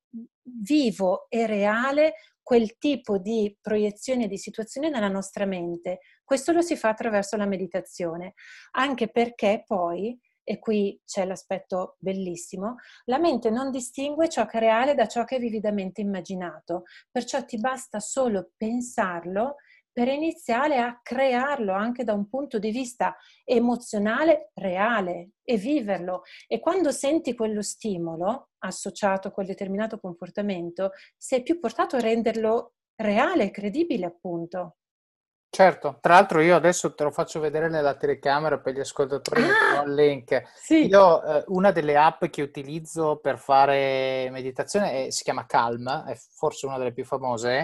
vivo e reale quel tipo di proiezione di situazione nella nostra mente. Questo lo si fa attraverso la meditazione, anche perché poi, e qui c'è l'aspetto bellissimo, la mente non distingue ciò che è reale da ciò che è vividamente immaginato, perciò ti basta solo pensarlo per iniziare a crearlo anche da un punto di vista emozionale reale e viverlo. E quando senti quello stimolo associato a quel determinato comportamento, sei più portato a renderlo reale e credibile, appunto. Certo, tra l'altro io adesso te lo faccio vedere nella telecamera per gli ascoltatori, metterò il link. Sì. Io una delle app che utilizzo per fare meditazione si chiama Calm, è forse una delle più famose,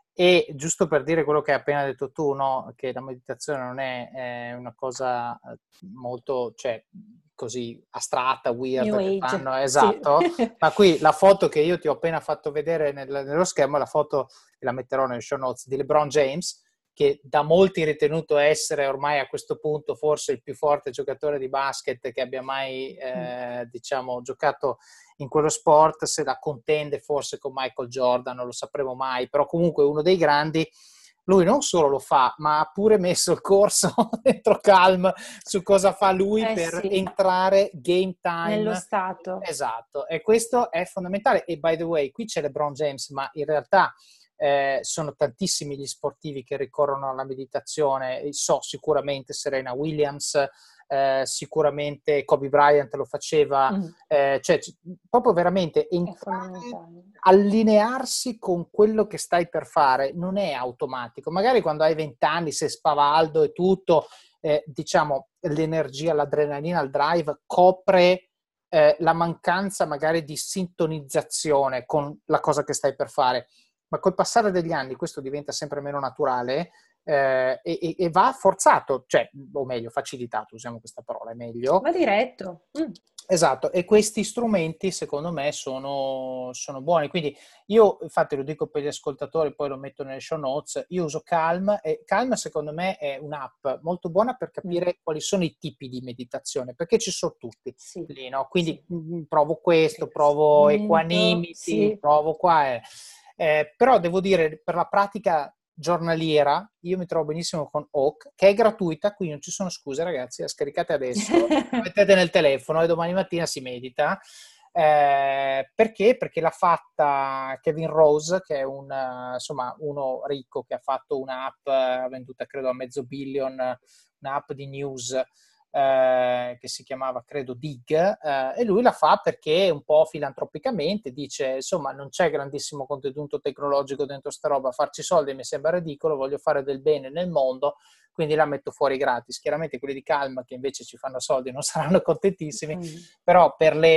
e giusto per dire quello che hai appena detto tu, no? Che la meditazione non è una cosa molto, cioè, così astratta, New weird, che Age, fanno, sì. esatto, ma qui la foto che io ti ho appena fatto vedere nello schermo è la foto, e la metterò nelle show notes, di LeBron James, che da molti ritenuto essere ormai a questo punto forse il più forte giocatore di basket che abbia mai diciamo giocato in quello sport. Se la contende forse con Michael Jordan, non lo sapremo mai, però comunque uno dei grandi. Lui non solo lo fa, ma ha pure messo il corso dentro Calm su cosa fa lui per Sì, entrare game nello time. stato. Esatto, e questo è fondamentale. E by the way, qui c'è LeBron James, ma in realtà sono tantissimi gli sportivi che ricorrono alla meditazione. So sicuramente Serena Williams, sicuramente Kobe Bryant lo faceva, cioè proprio veramente È entrare, fondamentale. allinearsi con quello che stai per fare non è automatico. Magari quando hai 20 anni sei spavaldo e tutto, diciamo l'energia, l'adrenalina, il drive copre la mancanza magari di sintonizzazione con la cosa che stai per fare, ma col passare degli anni questo diventa sempre meno naturale e va forzato, cioè, o meglio, facilitato, usiamo questa parola, è meglio. Va diretto. Esatto, e questi strumenti secondo me sono buoni, quindi io infatti lo dico per gli ascoltatori, poi lo metto nelle show notes, io uso Calm, e Calm secondo me è un'app molto buona per capire quali sono i tipi di meditazione, perché ci sono tutti Sì, lì, no? Quindi sì. provo questo, provo Rilassamento, Equanimity, sì. provo qua, però devo dire per la pratica giornaliera io mi trovo benissimo con Oak, che è gratuita, quindi non ci sono scuse ragazzi, la scaricate adesso, la mettete nel telefono e domani mattina si medita. Perché? Perché l'ha fatta Kevin Rose, che è insomma, uno ricco che ha fatto un'app venduta credo a $500 million, un'app di news che si chiamava credo Dig, e lui la fa perché un po' filantropicamente dice insomma non c'è grandissimo contenuto tecnologico dentro sta roba, farci soldi mi sembra ridicolo, voglio fare del bene nel mondo, quindi la metto fuori gratis. Chiaramente quelli di Calm che invece ci fanno soldi non saranno contentissimi, però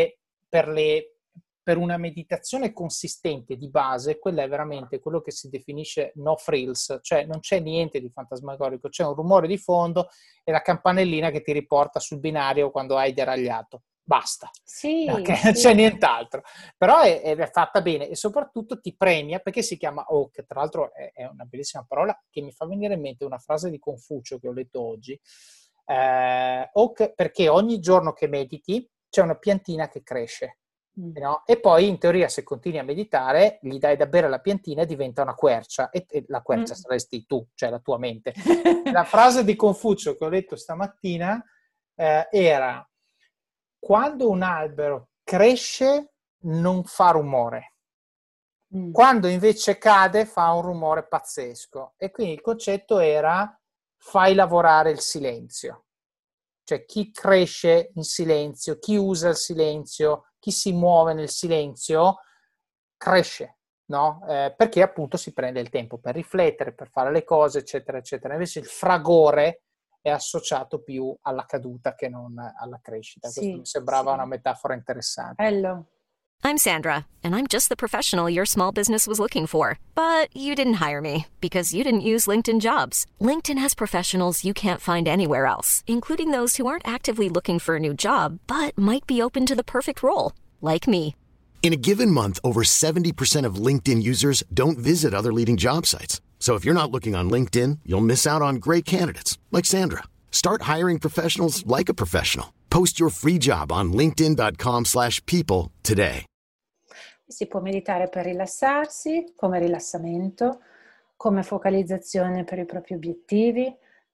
per una meditazione consistente di base, quella è veramente quello che si definisce no frills, cioè non c'è niente di fantasmagorico, c'è un rumore di fondo e la campanellina che ti riporta sul binario quando hai deragliato. Basta, Sì, okay? Non c'è sì. nient'altro, però è fatta bene e soprattutto ti premia perché si chiama Oak, tra l'altro è una bellissima parola che mi fa venire in mente una frase di Confucio che ho letto oggi, Oak perché ogni giorno che mediti c'è una piantina che cresce. no? E poi in teoria se continui a meditare gli dai da bere alla piantina e diventa una quercia, e la quercia saresti tu, cioè la tua mente. La frase di Confucio che ho letto stamattina era: quando un albero cresce non fa rumore, quando invece cade fa un rumore pazzesco. E quindi il concetto era: fai lavorare il silenzio. Cioè chi cresce in silenzio, chi usa il silenzio, chi si muove nel silenzio, cresce, no? Perché appunto si prende il tempo per riflettere, per fare le cose, eccetera, eccetera. Invece il fragore è associato più alla caduta che non alla crescita. Questo mi sembrava una metafora interessante. Bello. I'm Sandra, and I'm just the professional your small business was looking for. But you didn't hire me because you didn't use LinkedIn Jobs. LinkedIn has professionals you can't find anywhere else, including those who aren't actively looking for a new job, but might be open to the perfect role, like me. In a given month, over 70% of LinkedIn users don't visit other leading job sites. So if you're not looking on LinkedIn, you'll miss out on great candidates like Sandra. Start hiring professionals like a professional. Post your free job on linkedin.com/people today. Si può meditare per rilassarsi, come rilassamento, come focalizzazione per i propri obiettivi,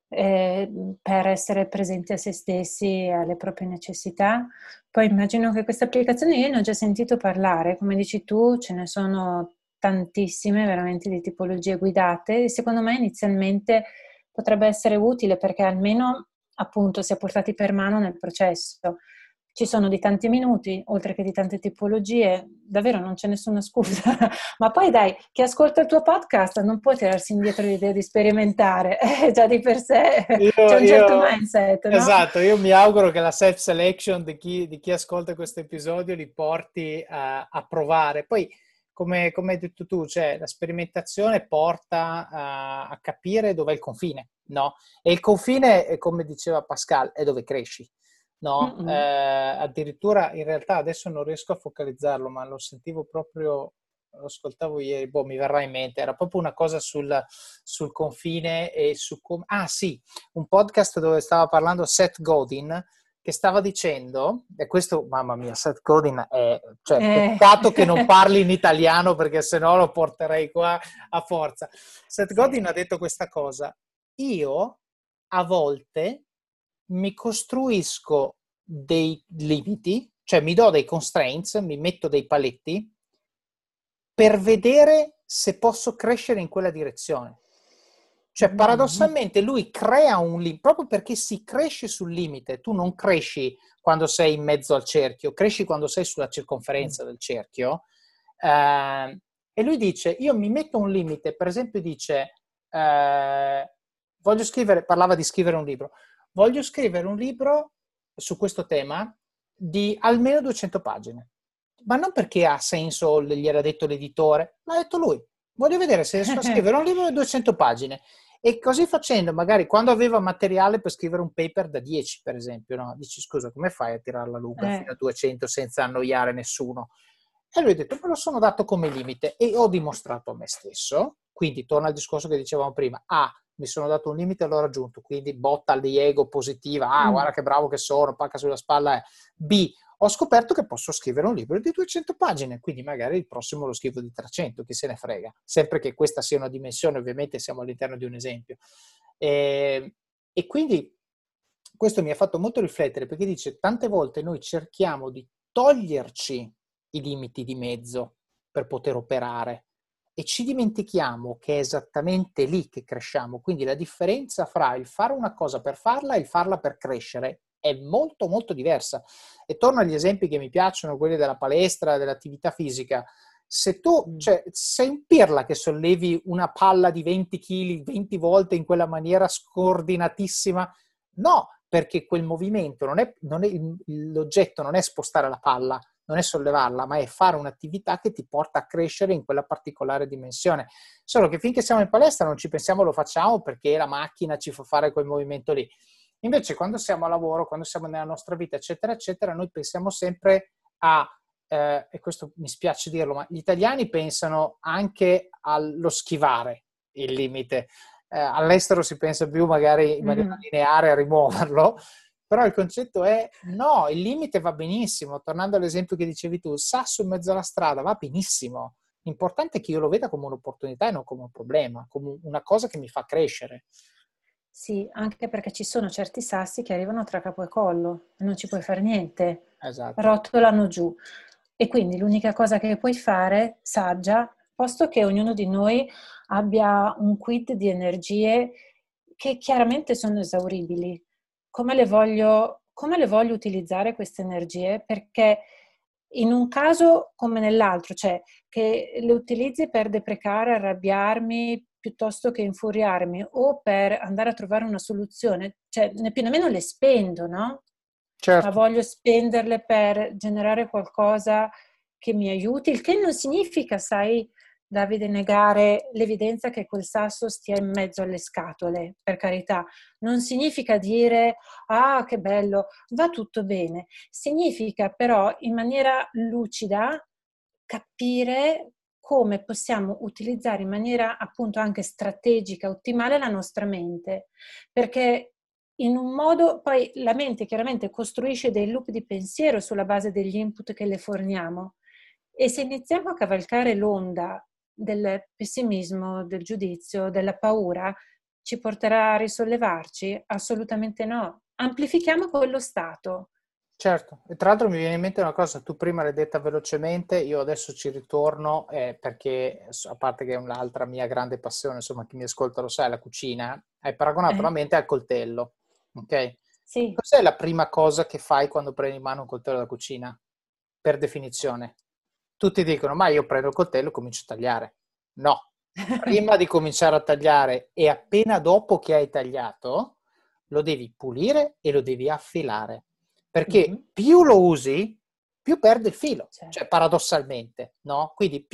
per essere presenti a se stessi e alle proprie necessità. Poi immagino che queste applicazioni, io ne ho già sentito parlare, come dici tu, ce ne sono tantissime veramente di tipologie guidate, e secondo me inizialmente potrebbe essere utile perché almeno appunto si è portati per mano nel processo. Ci sono di tanti minuti, oltre che di tante tipologie, davvero non c'è nessuna scusa. Ma poi dai, chi ascolta il tuo podcast non può tirarsi indietro l'idea di sperimentare, già di per sé c'è un certo mindset, no? Esatto, io mi auguro che la self-selection di chi ascolta questo episodio li porti a provare. Poi, come hai detto tu, cioè, la sperimentazione porta a capire dov'è il confine, no? E il confine, come diceva Pascal, è dove cresci. No, addirittura in realtà adesso non riesco a focalizzarlo, ma lo sentivo proprio, lo ascoltavo ieri, mi verrà in mente, era proprio una cosa sul confine e su come... Ah sì, un podcast dove stava parlando Seth Godin, che stava dicendo, e questo, mamma mia, Seth Godin è, cioè, peccato che non parli in italiano perché sennò lo porterei qua a forza. Seth Godin ha detto questa cosa: io a volte mi costruisco dei limiti, cioè mi do dei constraints, mi metto dei paletti per vedere se posso crescere in quella direzione. Cioè paradossalmente lui crea un limite, proprio perché si cresce sul limite. Tu non cresci quando sei in mezzo al cerchio, cresci quando sei sulla circonferenza del cerchio. E lui dice, io mi metto un limite, per esempio dice, voglio scrivere, parlava di scrivere un libro, voglio scrivere un libro su questo tema di almeno 200 pagine. Ma non perché ha senso, gli era detto l'editore, l'ha detto lui. Voglio vedere se riesco a scrivere un libro di 200 pagine. E così facendo, magari quando aveva materiale per scrivere un paper da 10, per esempio, no? Dici, scusa, come fai a tirarla lunga fino a 200 senza annoiare nessuno? E lui ha detto, me lo sono dato come limite e ho dimostrato a me stesso. Quindi torna al discorso che dicevamo prima. Mi sono dato un limite e l'ho raggiunto, quindi botta di ego positiva, guarda che bravo che sono, pacca sulla spalla. B, ho scoperto che posso scrivere un libro di 200 pagine, quindi magari il prossimo lo scrivo di 300, chi se ne frega, sempre che questa sia una dimensione, ovviamente siamo all'interno di un esempio. E quindi questo mi ha fatto molto riflettere, perché dice, tante volte noi cerchiamo di toglierci i limiti di mezzo per poter operare, e ci dimentichiamo che è esattamente lì che cresciamo. Quindi la differenza fra il fare una cosa per farla e il farla per crescere è molto molto diversa. E torno agli esempi che mi piacciono, quelli della palestra, dell'attività fisica. Se tu, cioè, sei un pirla che sollevi una palla di 20 kg 20 volte in quella maniera scordinatissima, no, perché quel movimento l'oggetto non è spostare la palla, non è sollevarla, ma è fare un'attività che ti porta a crescere in quella particolare dimensione. Solo che finché siamo in palestra non ci pensiamo, lo facciamo perché la macchina ci fa fare quel movimento lì. Invece quando siamo a lavoro, quando siamo nella nostra vita, eccetera, eccetera, noi pensiamo sempre e questo mi spiace dirlo, ma gli italiani pensano anche allo schivare il limite. All'estero si pensa più magari in maniera lineare a rimuoverlo. Però il concetto è no, il limite va benissimo. Tornando all'esempio che dicevi tu, il sasso in mezzo alla strada va benissimo. L'importante è che io lo veda come un'opportunità e non come un problema, come una cosa che mi fa crescere. Sì, anche perché ci sono certi sassi che arrivano tra capo e collo e non ci puoi fare niente, Esatto. rotolano giù. E quindi l'unica cosa che puoi fare, saggia, posto che ognuno di noi abbia un quid di energie che chiaramente sono esauribili, come le voglio utilizzare queste energie? Perché in un caso come nell'altro, cioè che le utilizzi per deprecare, arrabbiarmi piuttosto che infuriarmi o per andare a trovare una soluzione, cioè né più nemmeno le spendo, no? Ma Certo. voglio spenderle per generare qualcosa che mi aiuti, il che non significa, sai, Davide, negare l'evidenza che quel sasso stia in mezzo alle scatole, per carità. Non significa dire, ah, che bello, va tutto bene. Significa però in maniera lucida capire come possiamo utilizzare in maniera appunto anche strategica, ottimale la nostra mente, perché in un modo, poi la mente chiaramente costruisce dei loop di pensiero sulla base degli input che le forniamo e se iniziamo a cavalcare l'onda del pessimismo, del giudizio, della paura, ci porterà a risollevarci? Assolutamente no. Amplifichiamo quello stato. Certo, e tra l'altro mi viene in mente una cosa, tu prima l'hai detta velocemente, io adesso ci ritorno perché a parte che è un'altra mia grande passione, insomma chi mi ascolta lo sa, è la cucina, hai paragonato la mente al coltello, ok? Sì. Cos'è la prima cosa che fai quando prendi in mano un coltello da cucina? Per definizione. Tutti dicono, ma io prendo il coltello e comincio a tagliare. No, prima di cominciare a tagliare e appena dopo che hai tagliato, lo devi pulire e lo devi affilare. Perché più lo usi, più perde il filo, Certo. cioè paradossalmente, no? Quindi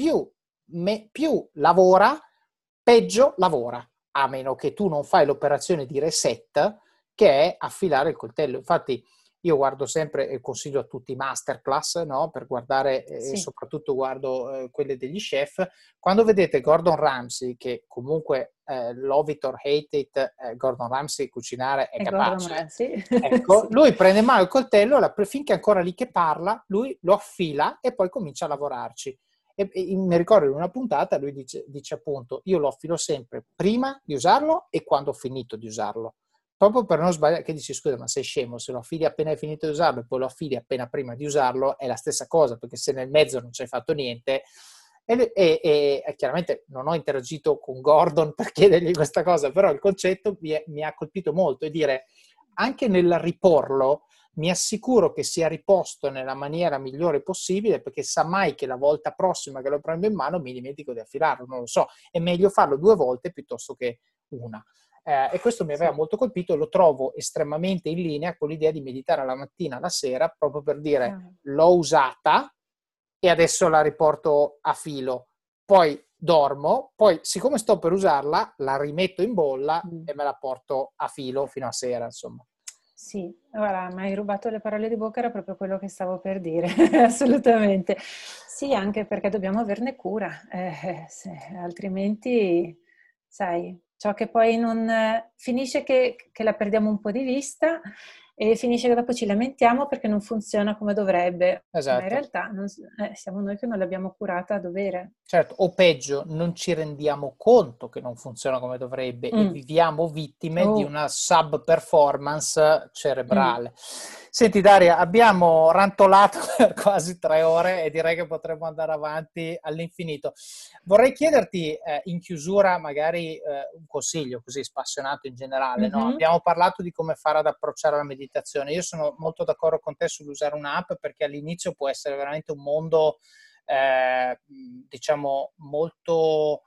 più lavora, peggio lavora, a meno che tu non fai l'operazione di reset, che è affilare il coltello. Infatti io guardo sempre e consiglio a tutti i masterclass, no? Per guardare e soprattutto guardo quelle degli chef. Quando vedete Gordon Ramsay, che comunque love it or hate it, Gordon Ramsay cucinare è capace. Ecco, Sì. lui prende in mano il coltello, finché è ancora lì che parla, lui lo affila e poi comincia a lavorarci. E mi ricordo in una puntata lui dice appunto, io lo affilo sempre prima di usarlo e quando ho finito di usarlo. Proprio per non sbagliare, che dici scusa ma sei scemo, se lo affili appena hai finito di usarlo e poi lo affili appena prima di usarlo è la stessa cosa, perché se nel mezzo non ci hai fatto niente. E chiaramente non ho interagito con Gordon per chiedergli questa cosa, però il concetto mi ha colpito molto, e dire anche nel riporlo mi assicuro che sia riposto nella maniera migliore possibile, perché sa mai che la volta prossima che lo prendo in mano mi dimentico di affilarlo, non lo so, è meglio farlo 2 volte piuttosto che una. E questo mi aveva molto colpito, lo trovo estremamente in linea con l'idea di meditare la mattina, la sera, proprio per dire l'ho usata e adesso la riporto a filo, poi dormo, poi siccome sto per usarla la rimetto in bolla e me la porto a filo fino a sera, insomma. Sì, guarda, mi hai rubato le parole di bocca, era proprio quello che stavo per dire, assolutamente. Sì, anche perché dobbiamo averne cura, altrimenti, sai, ciò che poi non finisce che la perdiamo un po' di vista e finisce che dopo ci lamentiamo perché non funziona come dovrebbe, ma in Esatto. realtà siamo noi che non l'abbiamo curata a dovere. Certo, o peggio, non ci rendiamo conto che non funziona come dovrebbe e viviamo vittime di una sub-performance cerebrale. Senti Daria, abbiamo rantolato per quasi 3 ore e direi che potremmo andare avanti all'infinito. Vorrei chiederti in chiusura magari un consiglio così spassionato in generale, no? Abbiamo parlato di come fare ad approcciare la meditazione. Io sono molto d'accordo con te sull'usare un'app, perché all'inizio può essere veramente un mondo diciamo molto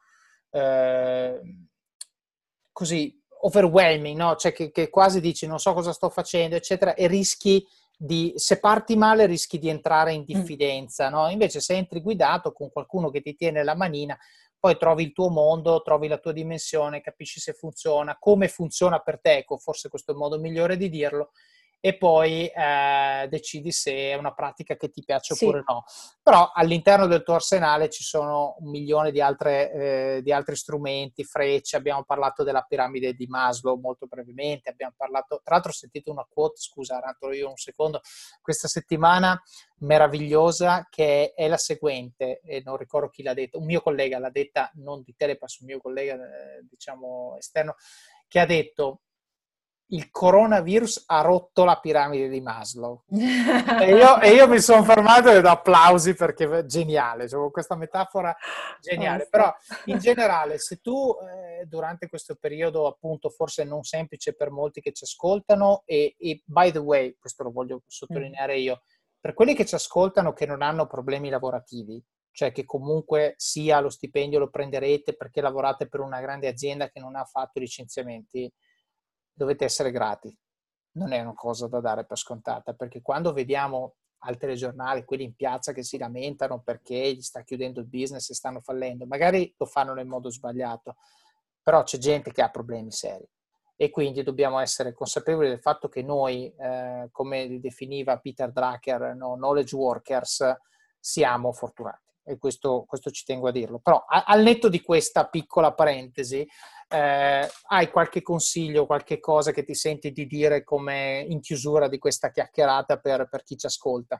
così overwhelming, no? Cioè che quasi dici non so cosa sto facendo, eccetera, e rischi se parti male rischi di entrare in diffidenza, no? Invece se entri guidato con qualcuno che ti tiene la manina, poi trovi il tuo mondo, trovi la tua dimensione, capisci se funziona, come funziona per te, ecco, forse questo è il modo migliore di dirlo, e poi decidi se è una pratica che ti piace oppure Sì. no. Però all'interno del tuo arsenale ci sono 1 milione di altri strumenti, frecce. Abbiamo parlato della piramide di Maslow molto brevemente, abbiamo parlato, tra l'altro ho sentito una quote, scusa, rantolo io un secondo, questa settimana meravigliosa, che è la seguente, e non ricordo chi l'ha detta, un mio collega l'ha detta, non di Telepass, un mio collega diciamo esterno, che ha detto: il coronavirus ha rotto la piramide di Maslow. E io mi sono fermato e do applausi perché è geniale, cioè, questa metafora geniale. Basta. Però in generale, se tu durante questo periodo appunto forse non semplice per molti che ci ascoltano, e by the way, questo lo voglio sottolineare io, per quelli che ci ascoltano che non hanno problemi lavorativi, cioè che comunque sia lo stipendio lo prenderete perché lavorate per una grande azienda che non ha fatto licenziamenti, dovete essere grati. Non è una cosa da dare per scontata, perché quando vediamo al telegiornale quelli in piazza che si lamentano perché gli sta chiudendo il business e stanno fallendo, magari lo fanno nel modo sbagliato, però c'è gente che ha problemi seri e quindi dobbiamo essere consapevoli del fatto che noi, come li definiva Peter Drucker, no, knowledge workers, siamo fortunati, e questo ci tengo a dirlo. Però al netto di questa piccola parentesi, hai qualche consiglio, qualche cosa che ti senti di dire come in chiusura di questa chiacchierata per chi ci ascolta?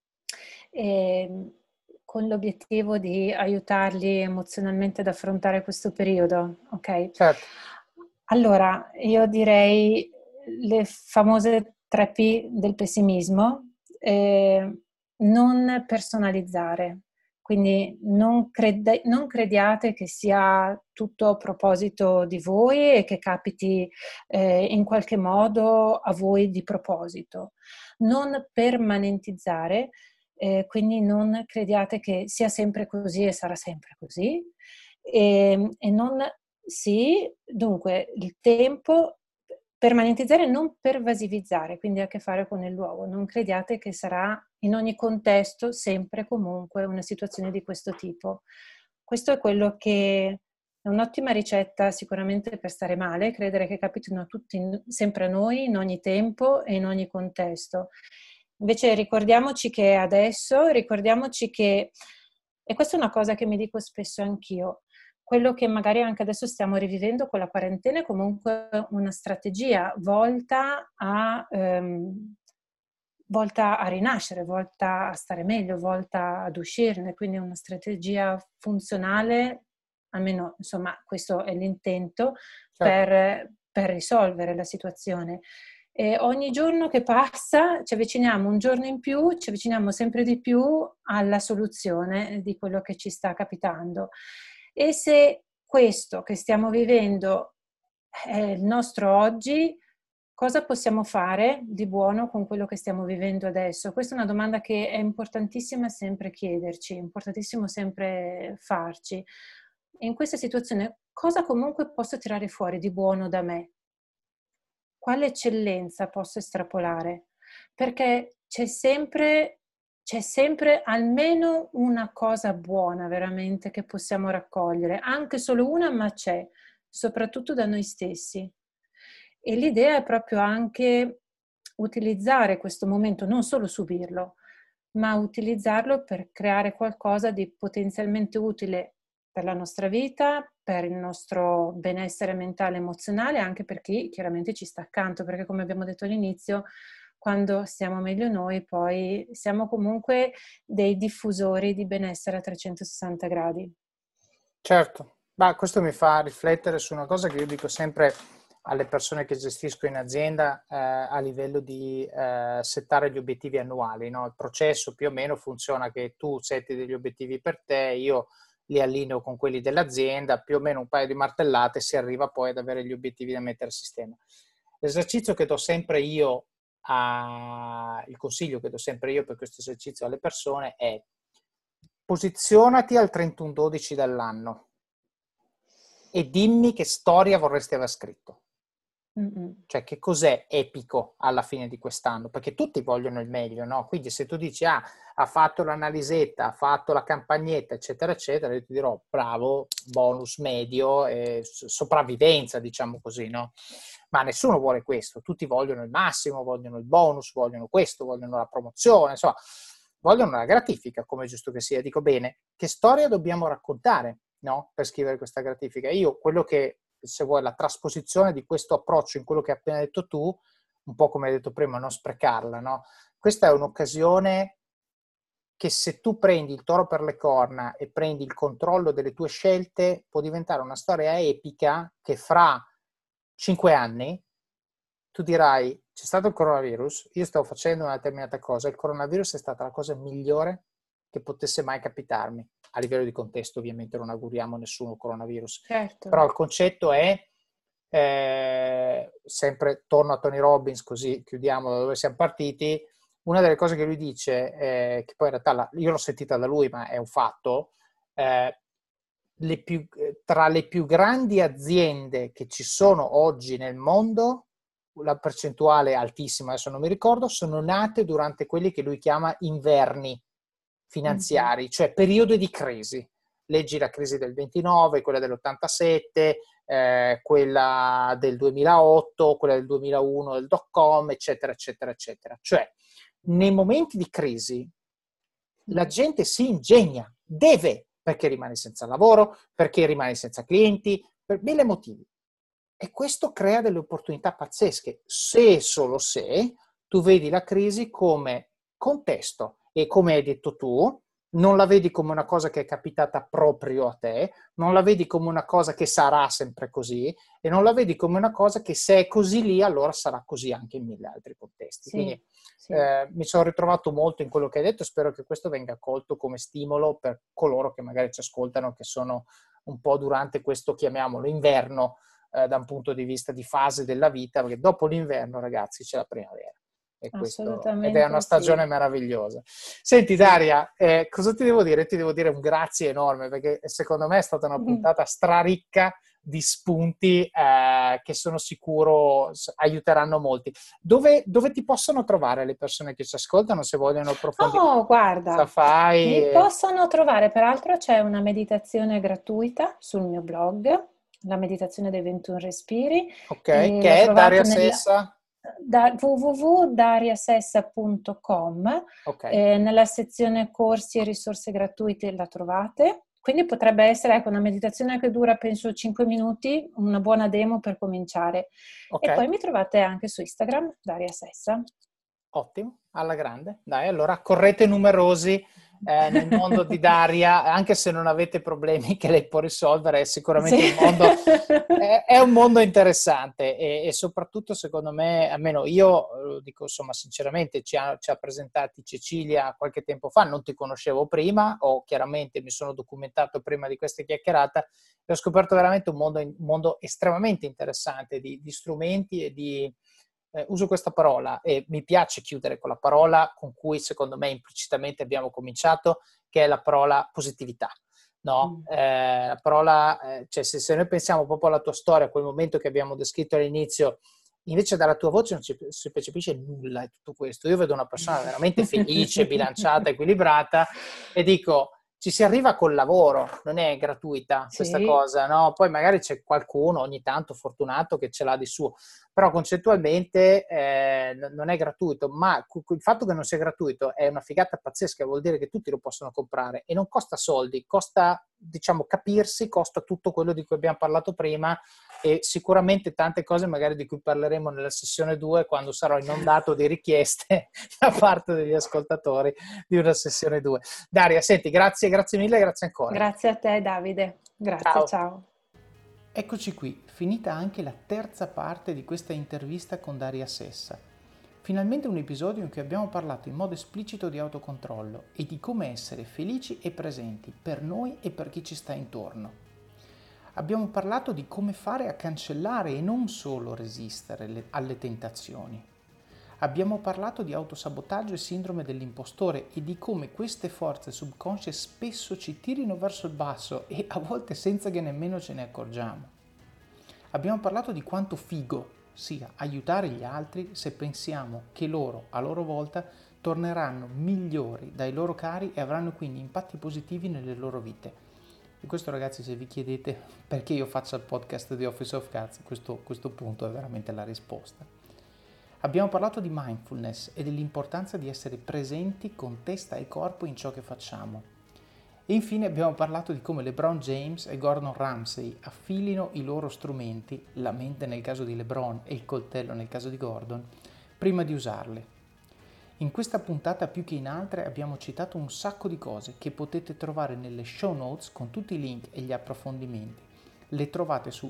Con l'obiettivo di aiutarli emozionalmente ad affrontare questo periodo, ok? Certo. Allora, io direi le famose 3P del pessimismo, non personalizzare. Quindi non crediate che sia tutto a proposito di voi e che capiti in qualche modo a voi di proposito. Non permanentizzare, quindi non crediate che sia sempre così e sarà sempre così. E non, sì, dunque il tempo, permanentizzare, non pervasivizzare, quindi ha a che fare con il luogo. Non crediate che sarà in ogni contesto sempre e comunque una situazione di questo tipo. Questo è quello che è un'ottima ricetta sicuramente per stare male, credere che capitino a tutti, sempre a noi, in ogni tempo e in ogni contesto. Invece ricordiamoci che adesso, ricordiamoci che, e questa è una cosa che mi dico spesso anch'io, quello che magari anche adesso stiamo rivivendo con la quarantena è comunque una strategia volta a rinascere, volta a stare meglio, volta ad uscirne, quindi una strategia funzionale, almeno insomma questo è l'intento, Certo. per risolvere la situazione. E ogni giorno che passa ci avviciniamo un giorno in più, ci avviciniamo sempre di più alla soluzione di quello che ci sta capitando. E se questo che stiamo vivendo è il nostro oggi, cosa possiamo fare di buono con quello che stiamo vivendo adesso? Questa è una domanda che è importantissima sempre chiederci, importantissimo sempre farci. In questa situazione, cosa comunque posso tirare fuori di buono da me? Quale eccellenza posso estrapolare? Perché c'è sempre almeno una cosa buona veramente che possiamo raccogliere, anche solo una, ma c'è, soprattutto da noi stessi. E l'idea è proprio anche utilizzare questo momento, non solo subirlo, ma utilizzarlo per creare qualcosa di potenzialmente utile per la nostra vita, per il nostro benessere mentale e emozionale, anche per chi chiaramente ci sta accanto, perché come abbiamo detto all'inizio, quando stiamo meglio noi, poi siamo comunque dei diffusori di benessere a 360 gradi. Certo, ma questo mi fa riflettere su una cosa che io dico sempre alle persone che gestisco in azienda, a livello di settare gli obiettivi annuali, no? Il processo più o meno funziona che tu setti degli obiettivi per te, io li allineo con quelli dell'azienda, più o meno un paio di martellate si arriva poi ad avere gli obiettivi da mettere a sistema. L'esercizio che do sempre io, il consiglio che do sempre io per questo esercizio alle persone è: posizionati al 31/12 dell'anno e dimmi che storia vorresti aver scritto. Cioè, che cos'è epico alla fine di quest'anno? Perché tutti vogliono il meglio, no? Quindi se tu dici, ha fatto l'analisetta, ha fatto la campagnetta, eccetera, eccetera, io ti dirò, bravo, bonus medio, sopravvivenza, diciamo così, no? Ma nessuno vuole questo, tutti vogliono il massimo, vogliono il bonus, vogliono questo, vogliono la promozione, insomma, vogliono la gratifica, come è giusto che sia. Dico, bene, che storia dobbiamo raccontare, no? Per scrivere questa gratifica. Io, quello che, se vuoi, la trasposizione di questo approccio in quello che hai appena detto tu, un po' come hai detto prima, non sprecarla, no? Questa è un'occasione che, se tu prendi il toro per le corna e prendi il controllo delle tue scelte, può diventare una storia epica che fra 5 anni tu dirai, c'è stato il coronavirus, io stavo facendo una determinata cosa, il coronavirus è stata la cosa migliore che potesse mai capitarmi. A livello di contesto, ovviamente, non auguriamo a nessuno coronavirus. Certo. Però il concetto è, sempre torno a Tony Robbins, così chiudiamo da dove siamo partiti. Una delle cose che lui dice, che poi in realtà io l'ho sentita da lui, ma è un fatto, tra le più grandi aziende che ci sono oggi nel mondo, la percentuale altissima, adesso non mi ricordo, sono nate durante quelli che lui chiama inverni finanziari, cioè periodi di crisi. Leggi la crisi del 29, quella dell'87, quella del 2008, quella del 2001 del dot-com, eccetera, eccetera, eccetera. Cioè, nei momenti di crisi la gente si ingegna, deve, perché rimane senza lavoro, perché rimane senza clienti, per 1000 motivi. E questo crea delle opportunità pazzesche, se e solo se tu vedi la crisi come contesto e, come hai detto tu, non la vedi come una cosa che è capitata proprio a te, non la vedi come una cosa che sarà sempre così, e non la vedi come una cosa che, se è così lì, allora sarà così anche in 1000 altri contesti. Sì, Quindi sì. mi sono ritrovato molto in quello che hai detto, spero che questo venga colto come stimolo per coloro che magari ci ascoltano, che sono un po' durante questo, chiamiamolo, inverno, da un punto di vista di fase della vita, perché dopo l'inverno, ragazzi, c'è la primavera. Ed è una Assolutamente stagione sì. meravigliosa. Senti, Daria, cosa ti devo dire? Ti devo dire un grazie enorme, perché secondo me è stata una puntata straricca di spunti che sono sicuro aiuteranno molti. Dove ti possono trovare le persone che ci ascoltano, se vogliono approfondire? Oh, guarda, Cosa fai? mi possono trovare, peraltro c'è una meditazione gratuita sul mio blog, la meditazione dei 21 respiri, Ok, e che la è Daria trovate Sessa? da www.dariasessa.com, Ok. nella sezione corsi e risorse gratuite la trovate. Quindi potrebbe essere, ecco, una meditazione che dura penso 5 minuti, una buona demo per cominciare. Ok. E poi mi trovate anche su Instagram, Daria Sessa. Ottimo, alla grande. Dai, allora correte numerosi nel mondo di Daria, anche se non avete problemi che lei può risolvere, è sicuramente Sì. un mondo, è un mondo interessante, e soprattutto, secondo me, almeno io lo dico, insomma, sinceramente, ci ha presentati Cecilia qualche tempo fa, non ti conoscevo prima, o chiaramente mi sono documentato prima di questa chiacchierata, e ho scoperto veramente un mondo estremamente interessante di strumenti e di... uso questa parola e mi piace chiudere con la parola con cui, secondo me, implicitamente abbiamo cominciato, che è la parola positività. No? La parola, cioè, se noi pensiamo proprio alla tua storia, a quel momento che abbiamo descritto all'inizio, invece dalla tua voce non si percepisce nulla di tutto questo. Io vedo una persona veramente felice, bilanciata, equilibrata, e dico, ci si arriva col lavoro, non è gratuita questa Sì. cosa, no? Poi magari c'è qualcuno, ogni tanto fortunato, che ce l'ha di suo, però concettualmente non è gratuito, ma il fatto che non sia gratuito è una figata pazzesca, vuol dire che tutti lo possono comprare e non costa soldi, costa, diciamo, capirsi, costa tutto quello di cui abbiamo parlato prima, e sicuramente tante cose magari di cui parleremo nella sessione 2, quando sarò inondato di richieste da parte degli ascoltatori di una sessione 2. Daria, senti, grazie mille, grazie ancora. Grazie a te, Davide. Grazie, ciao. Eccoci qui, finita anche la terza parte di questa intervista con Daria Sessa. Finalmente un episodio in cui abbiamo parlato in modo esplicito di autocontrollo e di come essere felici e presenti per noi e per chi ci sta intorno. Abbiamo parlato di come fare a cancellare e non solo resistere alle tentazioni. Abbiamo parlato di autosabotaggio e sindrome dell'impostore e di come queste forze subconsce spesso ci tirino verso il basso e a volte senza che nemmeno ce ne accorgiamo. Abbiamo parlato di quanto figo sia aiutare gli altri se pensiamo che loro, a loro volta, torneranno migliori dai loro cari e avranno quindi impatti positivi nelle loro vite. E questo, ragazzi, se vi chiedete perché io faccio il podcast di Office of Cards, questo punto è veramente la risposta. Abbiamo parlato di mindfulness e dell'importanza di essere presenti con testa e corpo in ciò che facciamo. E infine abbiamo parlato di come LeBron James e Gordon Ramsay affilino i loro strumenti, la mente nel caso di LeBron e il coltello nel caso di Gordon, prima di usarle. In questa puntata più che in altre abbiamo citato un sacco di cose che potete trovare nelle show notes con tutti i link e gli approfondimenti. Le trovate su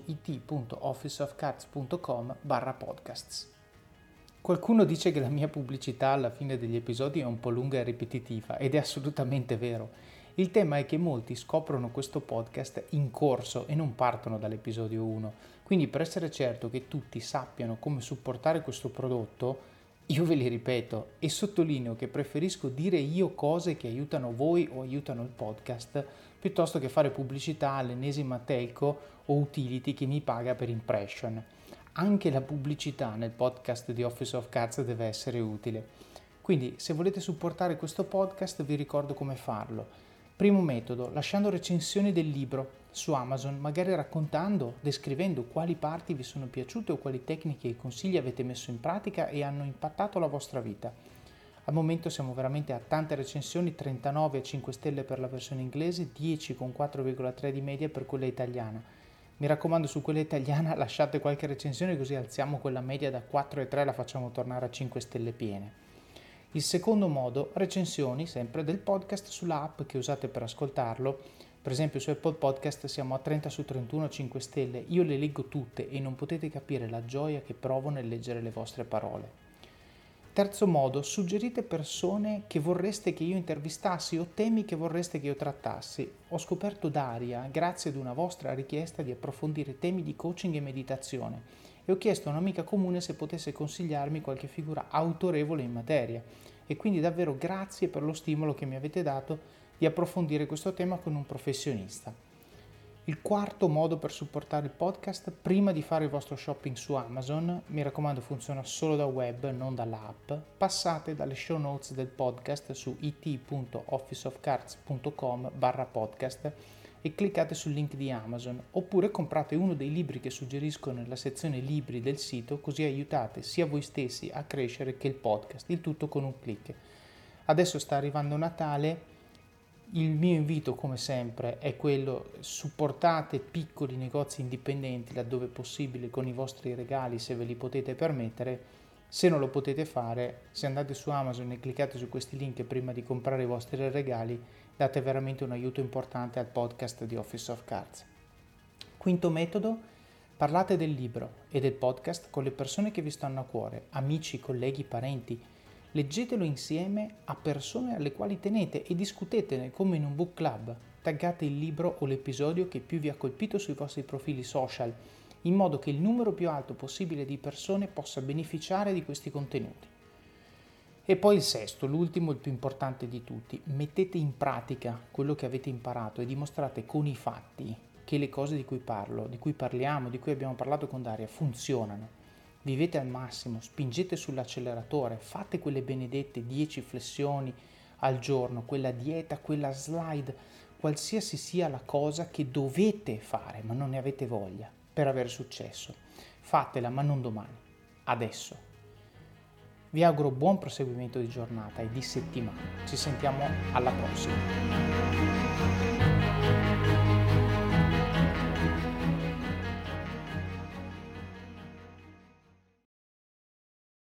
it.officeofcards.com/podcasts. Qualcuno dice che la mia pubblicità alla fine degli episodi è un po' lunga e ripetitiva, ed è assolutamente vero. Il tema è che molti scoprono questo podcast in corso e non partono dall'episodio 1, quindi per essere certo che tutti sappiano come supportare questo prodotto, io ve li ripeto e sottolineo che preferisco dire io cose che aiutano voi o aiutano il podcast, piuttosto che fare pubblicità all'ennesima telco o utility che mi paga per impression. Anche la pubblicità nel podcast di Office of Cards deve essere utile. Quindi, se volete supportare questo podcast, vi ricordo come farlo. Primo metodo, lasciando recensioni del libro su Amazon, magari raccontando, descrivendo quali parti vi sono piaciute o quali tecniche e consigli avete messo in pratica e hanno impattato la vostra vita. Al momento siamo veramente a tante recensioni, 39 a 5 stelle per la versione inglese, 10 con 4,3 di media per quella italiana. Mi raccomando, su quella italiana lasciate qualche recensione così alziamo quella media da 4,3 e la facciamo tornare a 5 stelle piene. Il secondo modo, recensioni sempre del podcast sulla app che usate per ascoltarlo. Per esempio su Apple Podcast siamo a 30 su 31 5 stelle, io le leggo tutte e non potete capire la gioia che provo nel leggere le vostre parole. Terzo modo, suggerite persone che vorreste che io intervistassi o temi che vorreste che io trattassi. Ho scoperto Daria grazie ad una vostra richiesta di approfondire temi di coaching e meditazione e ho chiesto a un'amica comune se potesse consigliarmi qualche figura autorevole in materia e quindi davvero grazie per lo stimolo che mi avete dato di approfondire questo tema con un professionista. Il quarto modo per supportare il podcast, prima di fare il vostro shopping su Amazon, mi raccomando funziona solo da web, non dall'app, passate dalle show notes del podcast su it.officeofcards.com/podcast e cliccate sul link di Amazon, oppure comprate uno dei libri che suggerisco nella sezione libri del sito, così aiutate sia voi stessi a crescere che il podcast, il tutto con un click. Adesso sta arrivando Natale. Il mio invito, come sempre, è quello: supportate piccoli negozi indipendenti laddove possibile con i vostri regali, se ve li potete permettere. Se non lo potete fare, se andate su Amazon e cliccate su questi link prima di comprare i vostri regali, date veramente un aiuto importante al podcast di Office of Cards. Quinto metodo, parlate del libro e del podcast con le persone che vi stanno a cuore, amici, colleghi, parenti. Leggetelo insieme a persone alle quali tenete e discutetene come in un book club. Taggate il libro o l'episodio che più vi ha colpito sui vostri profili social, in modo che il numero più alto possibile di persone possa beneficiare di questi contenuti. E poi il sesto, l'ultimo, il più importante di tutti. Mettete in pratica quello che avete imparato e dimostrate con i fatti che le cose di cui parlo, di cui parliamo, di cui abbiamo parlato con Daria, funzionano. Vivete al massimo, spingete sull'acceleratore, fate quelle benedette 10 flessioni al giorno, quella dieta, quella slide, qualsiasi sia la cosa che dovete fare, ma non ne avete voglia per avere successo. Fatela, ma non domani, adesso. Vi auguro buon proseguimento di giornata e di settimana. Ci sentiamo alla prossima.